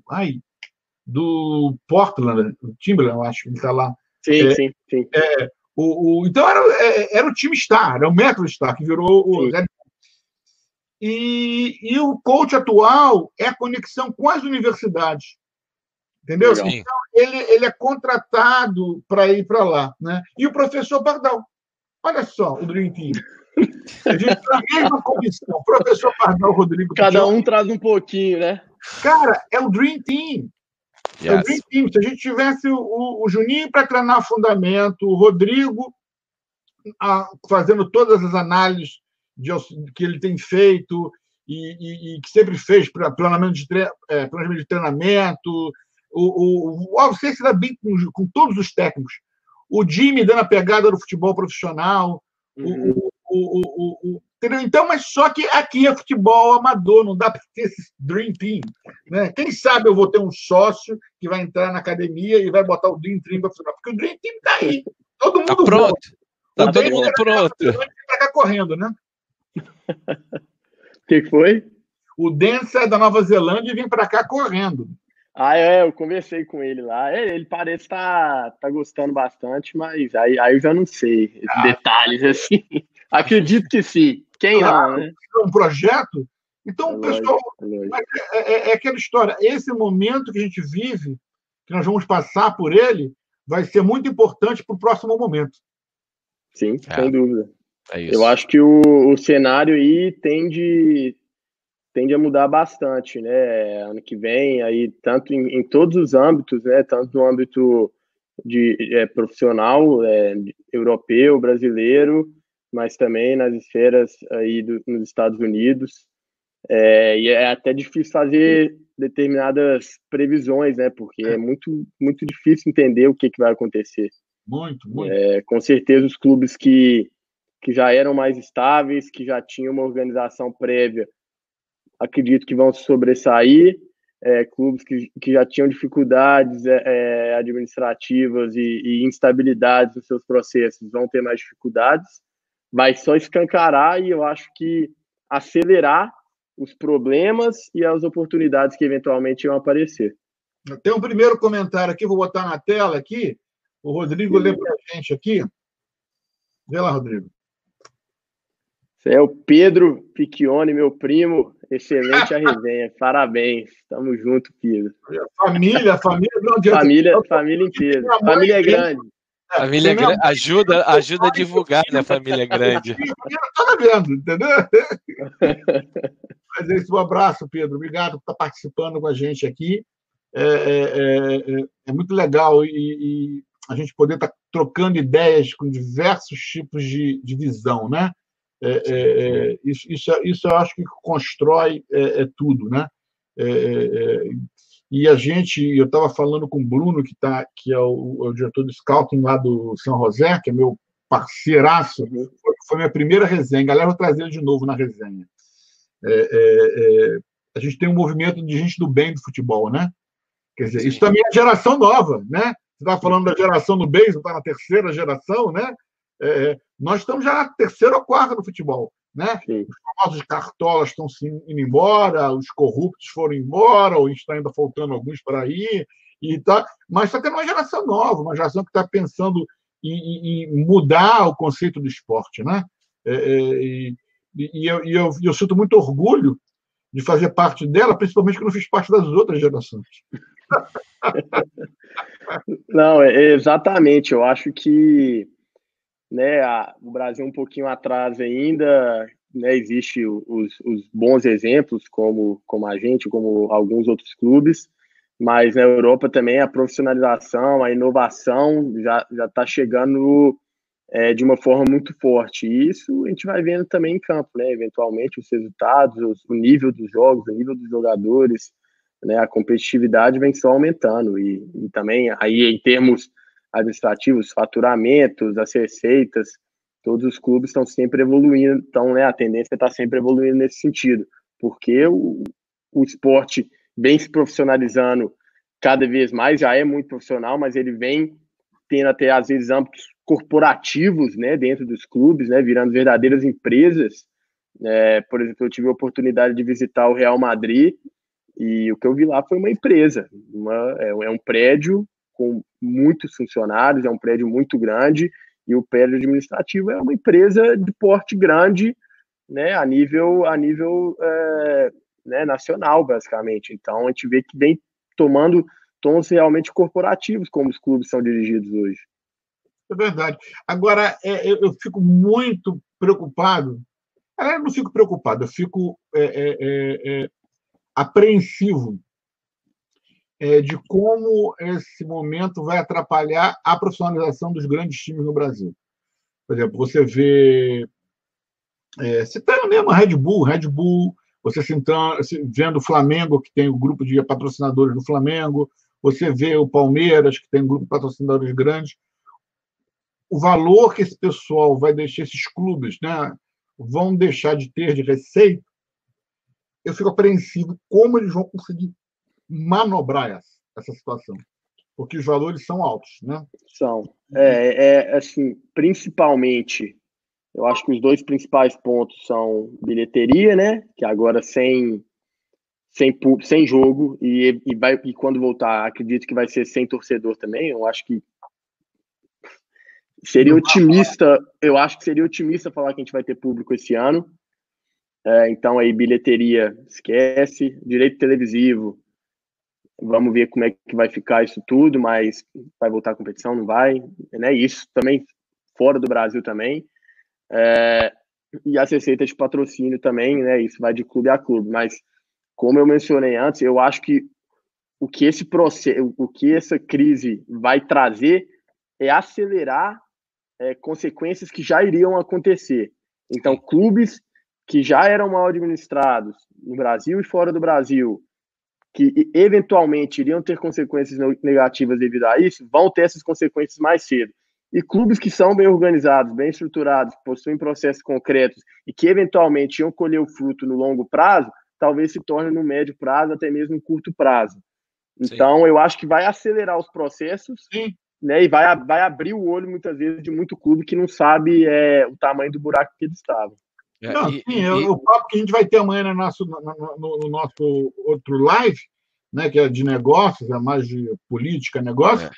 do Portland, o Timberland, eu acho que ele está lá. Sim. Então era o time Star, era o método Star, que virou o Zé. E o coach atual é a conexão com as universidades. Entendeu? Sim. Então, ele é contratado para ir para lá. Né? E o professor Pardal. Olha só o Dream Team. A gente tem a mesma comissão. Professor Pardal, Rodrigo. Cada um traz um pouquinho, né? Cara, é o Dream Team. É o Dream Team. Se a gente tivesse o Juninho para treinar fundamento, o Rodrigo fazendo todas as análises que ele tem feito e que sempre fez para planejamento de treinamento, o Alceu se dá bem com todos os técnicos. O Jimmy dando a pegada do futebol profissional. Entendeu? Então, mas só que aqui é futebol amador, não dá para ter esse Dream Team. Né? Quem sabe eu vou ter um sócio que vai entrar na academia e vai botar o Dream Team para funcionar. Porque o Dream Team está aí. Todo mundo pronto. Está todo mundo pronto. Para cá correndo, né? O que foi? O Densa é da Nova Zelândia e vem para cá correndo. Eu conversei com ele lá. Ele parece estar gostando bastante, mas aí eu já não sei esses detalhes assim. Acredito que sim. Quem não, né? É um projeto. Então, pessoal, é aquela história. Esse momento que a gente vive, que nós vamos passar por ele, vai ser muito importante para o próximo momento. Sim, sem dúvida. É isso. Eu acho que o cenário aí tende a mudar bastante, né? Ano que vem, aí, tanto em todos os âmbitos, né? Tanto no âmbito profissional, europeu, brasileiro, mas também nas esferas aí nos Estados Unidos. E é até difícil fazer determinadas previsões, né? Porque é muito, muito difícil entender o que vai acontecer. Muito, muito. Com certeza os clubes que já eram mais estáveis, que já tinham uma organização prévia, acredito que vão se sobressair. Clubes que já tinham dificuldades administrativas e instabilidades nos seus processos vão ter mais dificuldades. Vai só escancarar e eu acho que acelerar os problemas e as oportunidades que eventualmente iam aparecer. Tem um primeiro comentário aqui, vou botar na tela aqui. O Rodrigo lê para a gente aqui. Vê lá, Rodrigo. Esse é o Pedro Picchione, meu primo. Excelente a resenha. Parabéns. Tamo junto, Pedro. Família inteira. Família é grande. Família grande. Ajuda a divulgar, né? Família grande. Tá vendo, entendeu? Mas é isso, um abraço, Pedro. Obrigado por estar participando com a gente aqui. É muito legal e a gente poder estar trocando ideias com diversos tipos de visão, né? Isso eu acho que constrói tudo, né? E eu estava falando com o Bruno, que é o diretor do Scouting lá do São José, que é meu parceiraço, foi minha primeira resenha. Galera, vou trazer ele de novo na resenha. A gente tem um movimento de gente do bem do futebol, né? Quer dizer, isso também é geração nova, né? Você estava falando da geração do beisebol, está na terceira geração, né? Nós estamos já na terceira ou quarta do futebol, né? Sim. Os famosos cartolas estão se indo embora, os corruptos foram embora, ou está ainda faltando alguns para ir, mas está tendo uma geração nova, uma geração que está pensando em mudar o conceito do esporte, né? Eu sinto muito orgulho de fazer parte dela, principalmente que eu não fiz parte das outras gerações. Não, exatamente. Eu acho que, né, o Brasil um pouquinho atrás ainda, né, existe os bons exemplos como a gente, como alguns outros clubes, mas na Europa também a profissionalização, a inovação já está chegando de uma forma muito forte. E isso a gente vai vendo também em campo, né? Eventualmente os resultados, o nível dos jogos, o nível dos jogadores, né? A competitividade vem só aumentando e também aí em termos administrativos, faturamentos, as receitas, todos os clubes estão sempre evoluindo, então, né, a tendência está sempre evoluindo nesse sentido, porque o esporte vem se profissionalizando cada vez mais, já é muito profissional, mas ele vem tendo até, às vezes, âmbitos corporativos, né, dentro dos clubes, né, virando verdadeiras empresas. Por exemplo, eu tive a oportunidade de visitar o Real Madrid e o que eu vi lá foi uma empresa, é um prédio com muitos funcionários, é um prédio muito grande E o prédio administrativo é uma empresa de porte grande, né, a nível né, nacional, basicamente. Então, a gente vê que vem tomando tons realmente corporativos, como os clubes são dirigidos hoje. É verdade. Agora, eu fico muito preocupado. Eu não fico preocupado, eu fico apreensivo de como esse momento vai atrapalhar a profissionalização dos grandes times no Brasil. Por exemplo, você vê, citando mesmo a Red Bull, você vendo o Flamengo, que tem o grupo de patrocinadores do Flamengo, você vê o Palmeiras, que tem um grupo de patrocinadores grandes. O valor que esse pessoal vai deixar, esses clubes, né, vão deixar de ter de receita, eu fico apreensivo como eles vão conseguir manobrar essa situação, porque os valores são altos, né? São. Assim, principalmente, eu acho que os dois principais pontos são bilheteria, né? Que agora sem jogo e quando voltar, acredito que vai ser sem torcedor também. Eu acho que seria otimista. Eu acho que seria otimista falar que a gente vai ter público esse ano. Então aí bilheteria esquece, direito televisivo. Vamos ver como é que vai ficar isso tudo, mas vai voltar a competição, não vai, né? Isso também fora do Brasil também. E as receitas de patrocínio também, né? Isso vai de clube a clube. Mas, como eu mencionei antes, eu acho que o que essa crise vai trazer é acelerar consequências que já iriam acontecer. Então, clubes que já eram mal administrados no Brasil e fora do Brasil, que eventualmente iriam ter consequências negativas devido a isso, vão ter essas consequências mais cedo. E clubes que são bem organizados, bem estruturados, que possuem processos concretos e que eventualmente iam colher o fruto no longo prazo, talvez se torne no médio prazo, até mesmo no curto prazo. Então, eu acho que vai acelerar os processos, né, e vai abrir o olho, muitas vezes, de muito clube que não sabe o tamanho do buraco que eles estavam. O papo que a gente vai ter amanhã no nosso outro live, né, que é de negócios, é mais de política, negócio,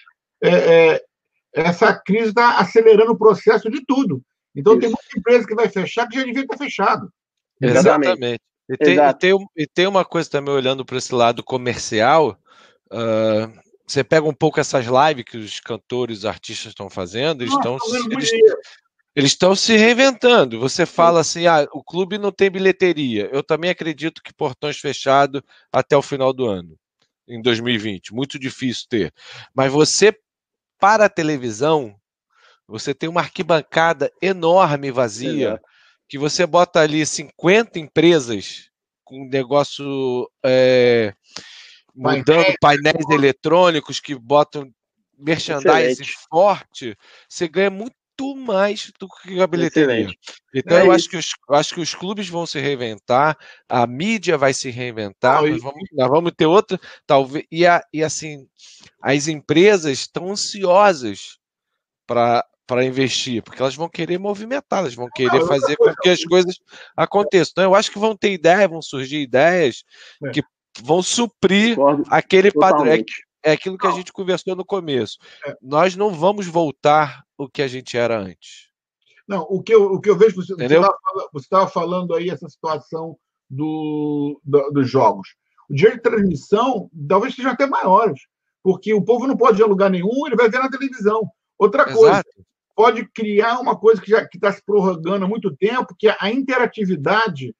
essa crise está acelerando o processo de tudo. Então, tem muita empresa que vai fechar que já devia ter fechado. Exatamente. E tem uma coisa também, olhando para esse lado comercial, você pega um pouco essas lives que os cantores, os artistas estão fazendo, eles estão se reinventando. Você fala assim, o clube não tem bilheteria. Eu também acredito que portões fechados até o final do ano, em 2020. Muito difícil ter. Mas você, para a televisão, você tem uma arquibancada enorme, vazia, que você bota ali 50 empresas com negócio mudando painéis eletrônicos que botam merchandising forte, você ganha muito mais do que a bilheteria. Então eu acho que os clubes vão se reinventar, a mídia vai se reinventar, nós vamos ter outra, talvez, e assim, as empresas estão ansiosas para investir, porque elas vão querer movimentar, elas vão querer fazer com que as coisas aconteçam. Então eu acho que vão surgir ideias que vão suprir aquele padrão. É aquilo que a gente conversou no começo. Nós não vamos voltar o que a gente era antes. Não, o que eu vejo, você estava falando aí, essa situação dos jogos. O direito de transmissão talvez sejam até maiores, porque o povo não pode ir a lugar nenhum, ele vai ver na televisão. Outra coisa, pode criar uma coisa que está se prorrogando há muito tempo, que é a interatividade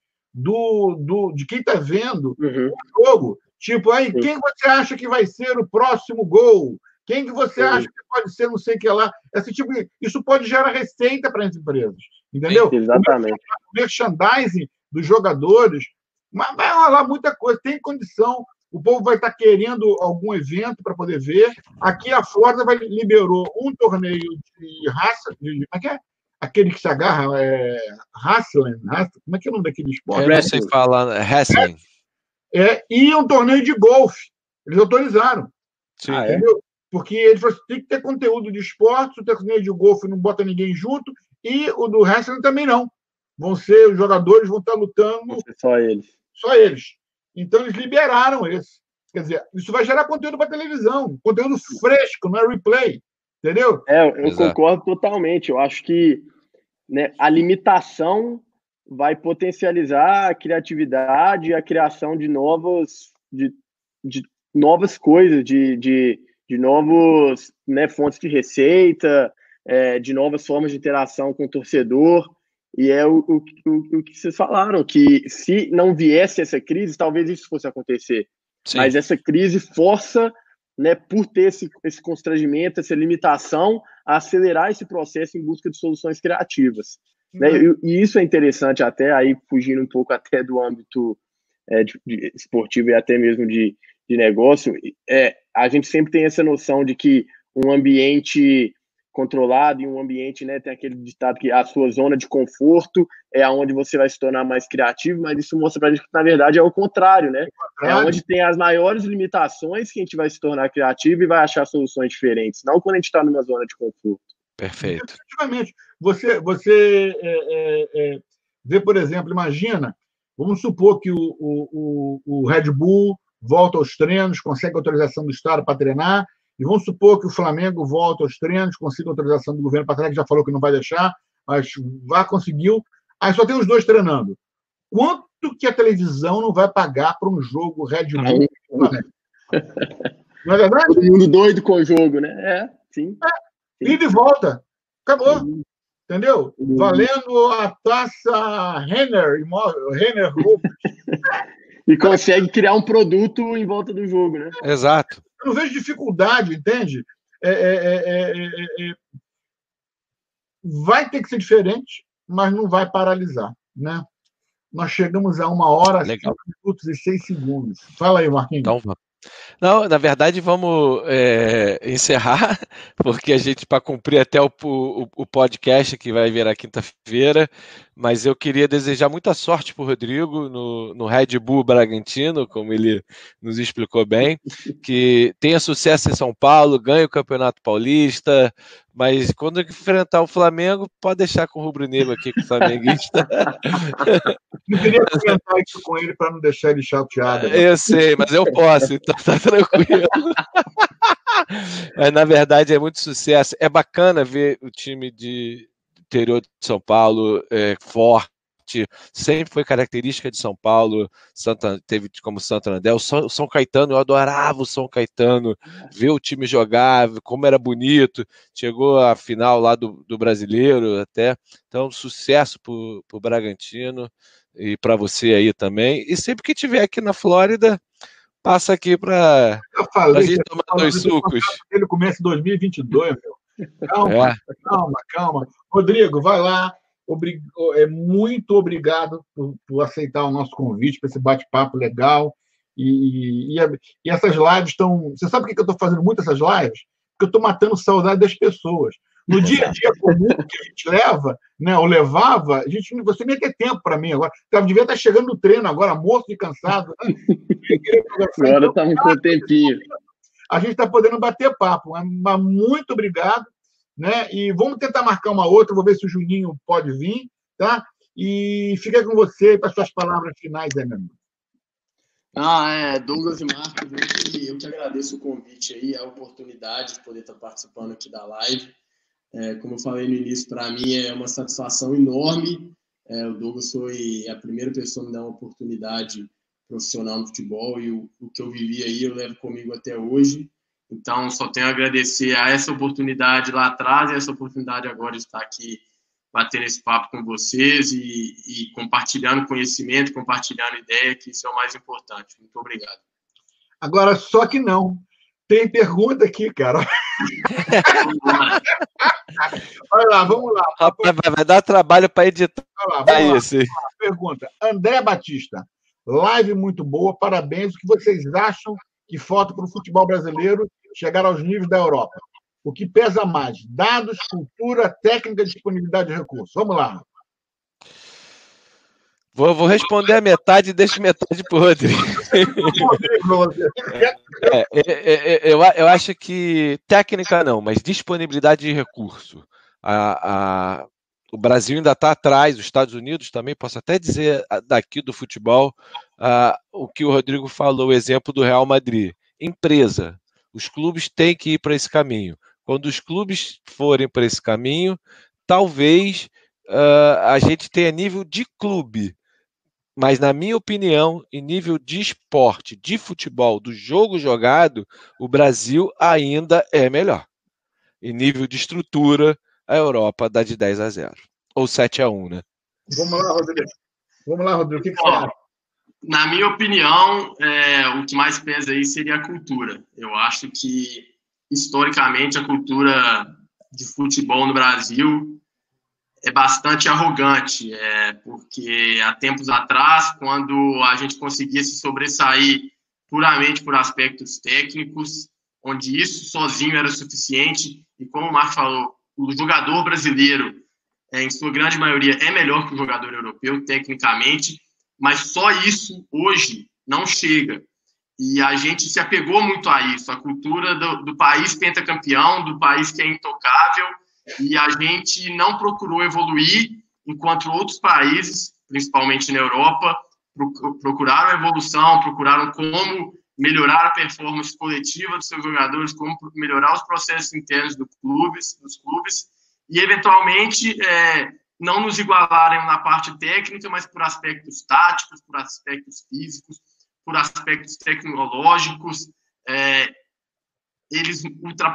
de quem está vendo o jogo. Tipo, aí, quem você acha que vai ser o próximo gol? Quem que você acha que pode ser não sei o que lá? Isso pode gerar receita para as empresas, entendeu? Exatamente. O merchandising dos jogadores, mas vai rolar muita coisa, tem condição, o povo vai estar querendo algum evento para poder ver. Aqui a Flórida liberou um torneio de raça, como é que é? Aquele que se agarra, wrestling, como é que é o nome daquele esporte? Eu não sei falar, wrestling. E um torneio de golfe. Eles autorizaram. Sim. Entendeu? Porque eles falaram, tem que ter conteúdo de esporte, o torneio de golfe não bota ninguém junto, e o do wrestling também não. Os jogadores vão estar lutando. Só eles. Só eles. Então, eles liberaram esse. Quer dizer, isso vai gerar conteúdo para televisão, conteúdo fresco, não é replay. Entendeu? Eu concordo totalmente. Eu acho que, né, a limitação vai potencializar a criatividade e a criação de novas coisas, de novos, né, fontes de receita, de novas formas de interação com o torcedor. E é o que vocês falaram, que se não viesse essa crise, talvez isso fosse acontecer. Sim. Mas essa crise força, né, por ter esse constrangimento, essa limitação, a acelerar esse processo em busca de soluções criativas. Né? E isso é interessante até, aí fugindo um pouco até do âmbito de esportivo e até mesmo de negócio, a gente sempre tem essa noção de que um ambiente controlado e um ambiente, né, tem aquele ditado que a sua zona de conforto é onde você vai se tornar mais criativo, mas isso mostra pra gente que, na verdade, é o contrário, né? É onde tem as maiores limitações que a gente vai se tornar criativo e vai achar soluções diferentes, não quando a gente está numa zona de conforto. Perfeito. Efetivamente. Você vê, por exemplo, imagina, vamos supor que o Red Bull volta aos treinos, consegue autorização do Estado para treinar, e vamos supor que o Flamengo volta aos treinos, consiga autorização do governo para treinar, que já falou que não vai deixar, mas conseguiu. Aí só tem os dois treinando. Quanto que a televisão não vai pagar para um jogo Red Bull? Não é verdade? Todo mundo doido com o jogo, né? Sim. Ida e volta. Acabou. Entendeu? Valendo a taça Renner e consegue criar um produto em volta do jogo, né? Exato. Eu não vejo dificuldade, entende? Vai ter que ser diferente, mas não vai paralisar, né? Nós chegamos a 1h, 5 minutos e 6 segundos. Fala aí, Marquinhos. Então, não, na verdade, vamos encerrar, porque a gente, para cumprir até o podcast que vai vir na quinta-feira, mas eu queria desejar muita sorte para o Rodrigo no Red Bull Bragantino, como ele nos explicou bem, que tenha sucesso em São Paulo, ganhe o Campeonato Paulista, mas quando enfrentar o Flamengo, pode deixar com o rubro-negro aqui, com o flamenguista. Não queria comentar isso com ele para não deixar ele chateado. Eu sei, mas eu posso, então tá tranquilo. Mas, na verdade, é muito sucesso. É bacana ver o time de interior de São Paulo forte. Sempre foi característica de São Paulo. Teve como Santo André. O São Caetano, eu adorava o São Caetano. Ver o time jogar, como era bonito. Chegou à final lá do Brasileiro até. Então, sucesso pro Bragantino e para você aí também. E sempre que tiver aqui na Flórida, passa aqui para a gente tomar 2 sucos. Ele começa em 2022, meu. Calma. Rodrigo, vai lá. Muito obrigado por aceitar o nosso convite para esse bate-papo legal. E essas lives estão... Você sabe por que eu estou fazendo muito essas lives? Porque eu estou matando saudade das pessoas. No dia a dia comum que a gente leva, né, ou levava, você nem ia ter tempo para mim agora. Eu devia estar chegando no treino agora, morto e cansado. Né? Agora estamos com o tempinho. A gente está podendo bater papo. Mas muito obrigado. Né? E vamos tentar marcar uma outra, vou ver se o Juninho pode vir, tá? E fica com você para suas palavras finais aí, meu irmão. Douglas e Marcos, eu que agradeço o convite aí, a oportunidade de poder estar participando aqui da live. Como eu falei no início, para mim é uma satisfação enorme. O Douglas foi a primeira pessoa a me dar uma oportunidade profissional no futebol e o que eu vivi aí eu levo comigo até hoje. Então, só tenho a agradecer a essa oportunidade lá atrás e essa oportunidade agora de estar aqui batendo esse papo com vocês e compartilhando conhecimento, compartilhando ideia, que isso é o mais importante. Muito obrigado. Agora, só que não. Tem pergunta aqui, cara. Vai lá, vamos lá. Rapaz, vai dar trabalho para editar. Vamos lá. Pergunta. André Batista. Live muito boa, parabéns. O que vocês acham que falta para o futebol brasileiro chegar aos níveis da Europa? O que pesa mais? Dados, cultura, técnica, disponibilidade de recursos. Vamos lá. Vou responder a metade e deixo metade para o Rodrigo. Eu acho que técnica não, mas disponibilidade de recurso. O Brasil ainda está atrás, os Estados Unidos também, posso até dizer daqui do futebol, o que o Rodrigo falou, o exemplo do Real Madrid. Empresa. Os clubes têm que ir para esse caminho. Quando os clubes forem para esse caminho, talvez a gente tenha nível de clube. Mas, na minha opinião, em nível de esporte, de futebol, do jogo jogado, o Brasil ainda é melhor. Em nível de estrutura, a Europa dá de 10-0. Ou 7-1, né? Vamos lá, Rodrigo. O que você acha? Na minha opinião, o que mais pesa aí seria a cultura. Eu acho que, historicamente, a cultura de futebol no Brasil é bastante arrogante, porque há tempos atrás, quando a gente conseguia se sobressair puramente por aspectos técnicos, onde isso sozinho era suficiente, e como o Marco falou, o jogador brasileiro, em sua grande maioria, é melhor que o jogador europeu, tecnicamente, mas só isso, hoje, não chega. E a gente se apegou muito a isso, a cultura do país pentacampeão, do país que é intocável, e a gente não procurou evoluir, enquanto outros países, principalmente na Europa, procuraram evolução, procuraram como melhorar a performance coletiva dos seus jogadores, como melhorar os processos internos dos clubes, e, eventualmente, não nos igualarem na parte técnica, mas por aspectos táticos, por aspectos físicos, por aspectos tecnológicos. Eles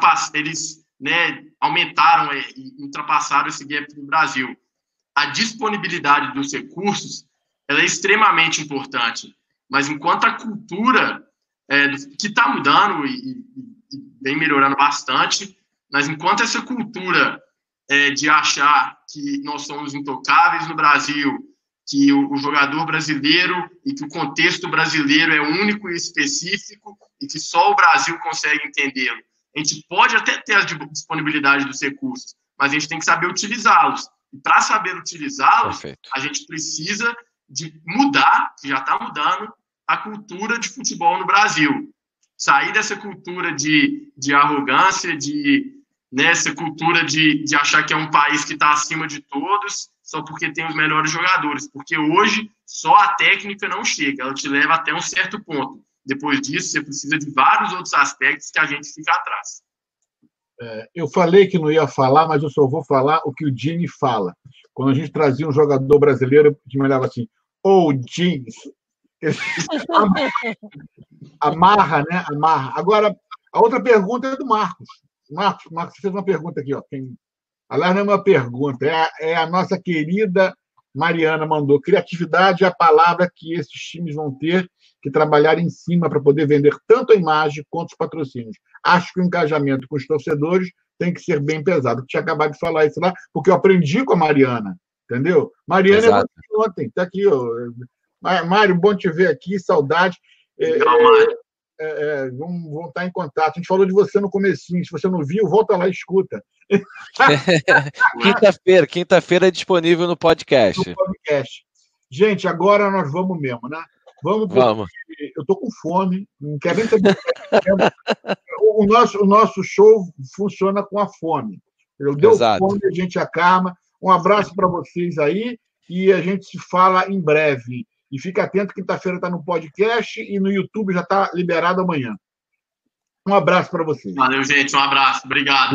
aumentaram e ultrapassaram esse gap no Brasil. A disponibilidade dos recursos ela é extremamente importante, mas enquanto a cultura, que está mudando e vem melhorando bastante, mas enquanto essa cultura de achar que nós somos intocáveis no Brasil, que o jogador brasileiro e que o contexto brasileiro é único e específico e que só o Brasil consegue entendê-lo. A gente pode até ter a disponibilidade dos recursos, mas a gente tem que saber utilizá-los. E para saber utilizá-los, a gente precisa de mudar, que já está mudando, a cultura de futebol no Brasil. Sair dessa cultura de arrogância, nessa cultura de achar que é um país que está acima de todos, só porque tem os melhores jogadores. Porque hoje, só a técnica não chega, ela te leva até um certo ponto. Depois disso, você precisa de vários outros aspectos que a gente fica atrás. Eu falei que não ia falar, mas eu só vou falar o que o Gini fala. Quando a gente trazia um jogador brasileiro, a gente me olhava assim, Jeans. Amarra, né? Amarra. Agora, a outra pergunta é do Marcos. Marcos fez uma pergunta aqui. Aliás, não é uma pergunta, é a nossa querida Mariana mandou. Criatividade é a palavra que esses times vão ter que trabalhar em cima para poder vender tanto a imagem quanto os patrocínios. Acho que o engajamento com os torcedores tem que ser bem pesado. Eu tinha acabado de falar isso lá, porque eu aprendi com a Mariana, entendeu? Mariana é ontem, está aqui. Mário, bom te ver aqui, saudade. Vamos estar em contato. A gente falou de você no comecinho. Se você não viu, volta lá e escuta. Quinta-feira é disponível no podcast. Gente, agora nós vamos mesmo, né? Vamos. Eu estou com fome, não quero nem saber. O nosso show funciona com a fome. Deu fome, a gente acalma. Um abraço para vocês aí e a gente se fala em breve. E fica atento, quinta-feira está no podcast e no YouTube já está liberado amanhã. Um abraço para vocês. Valeu, gente. Um abraço. Obrigado.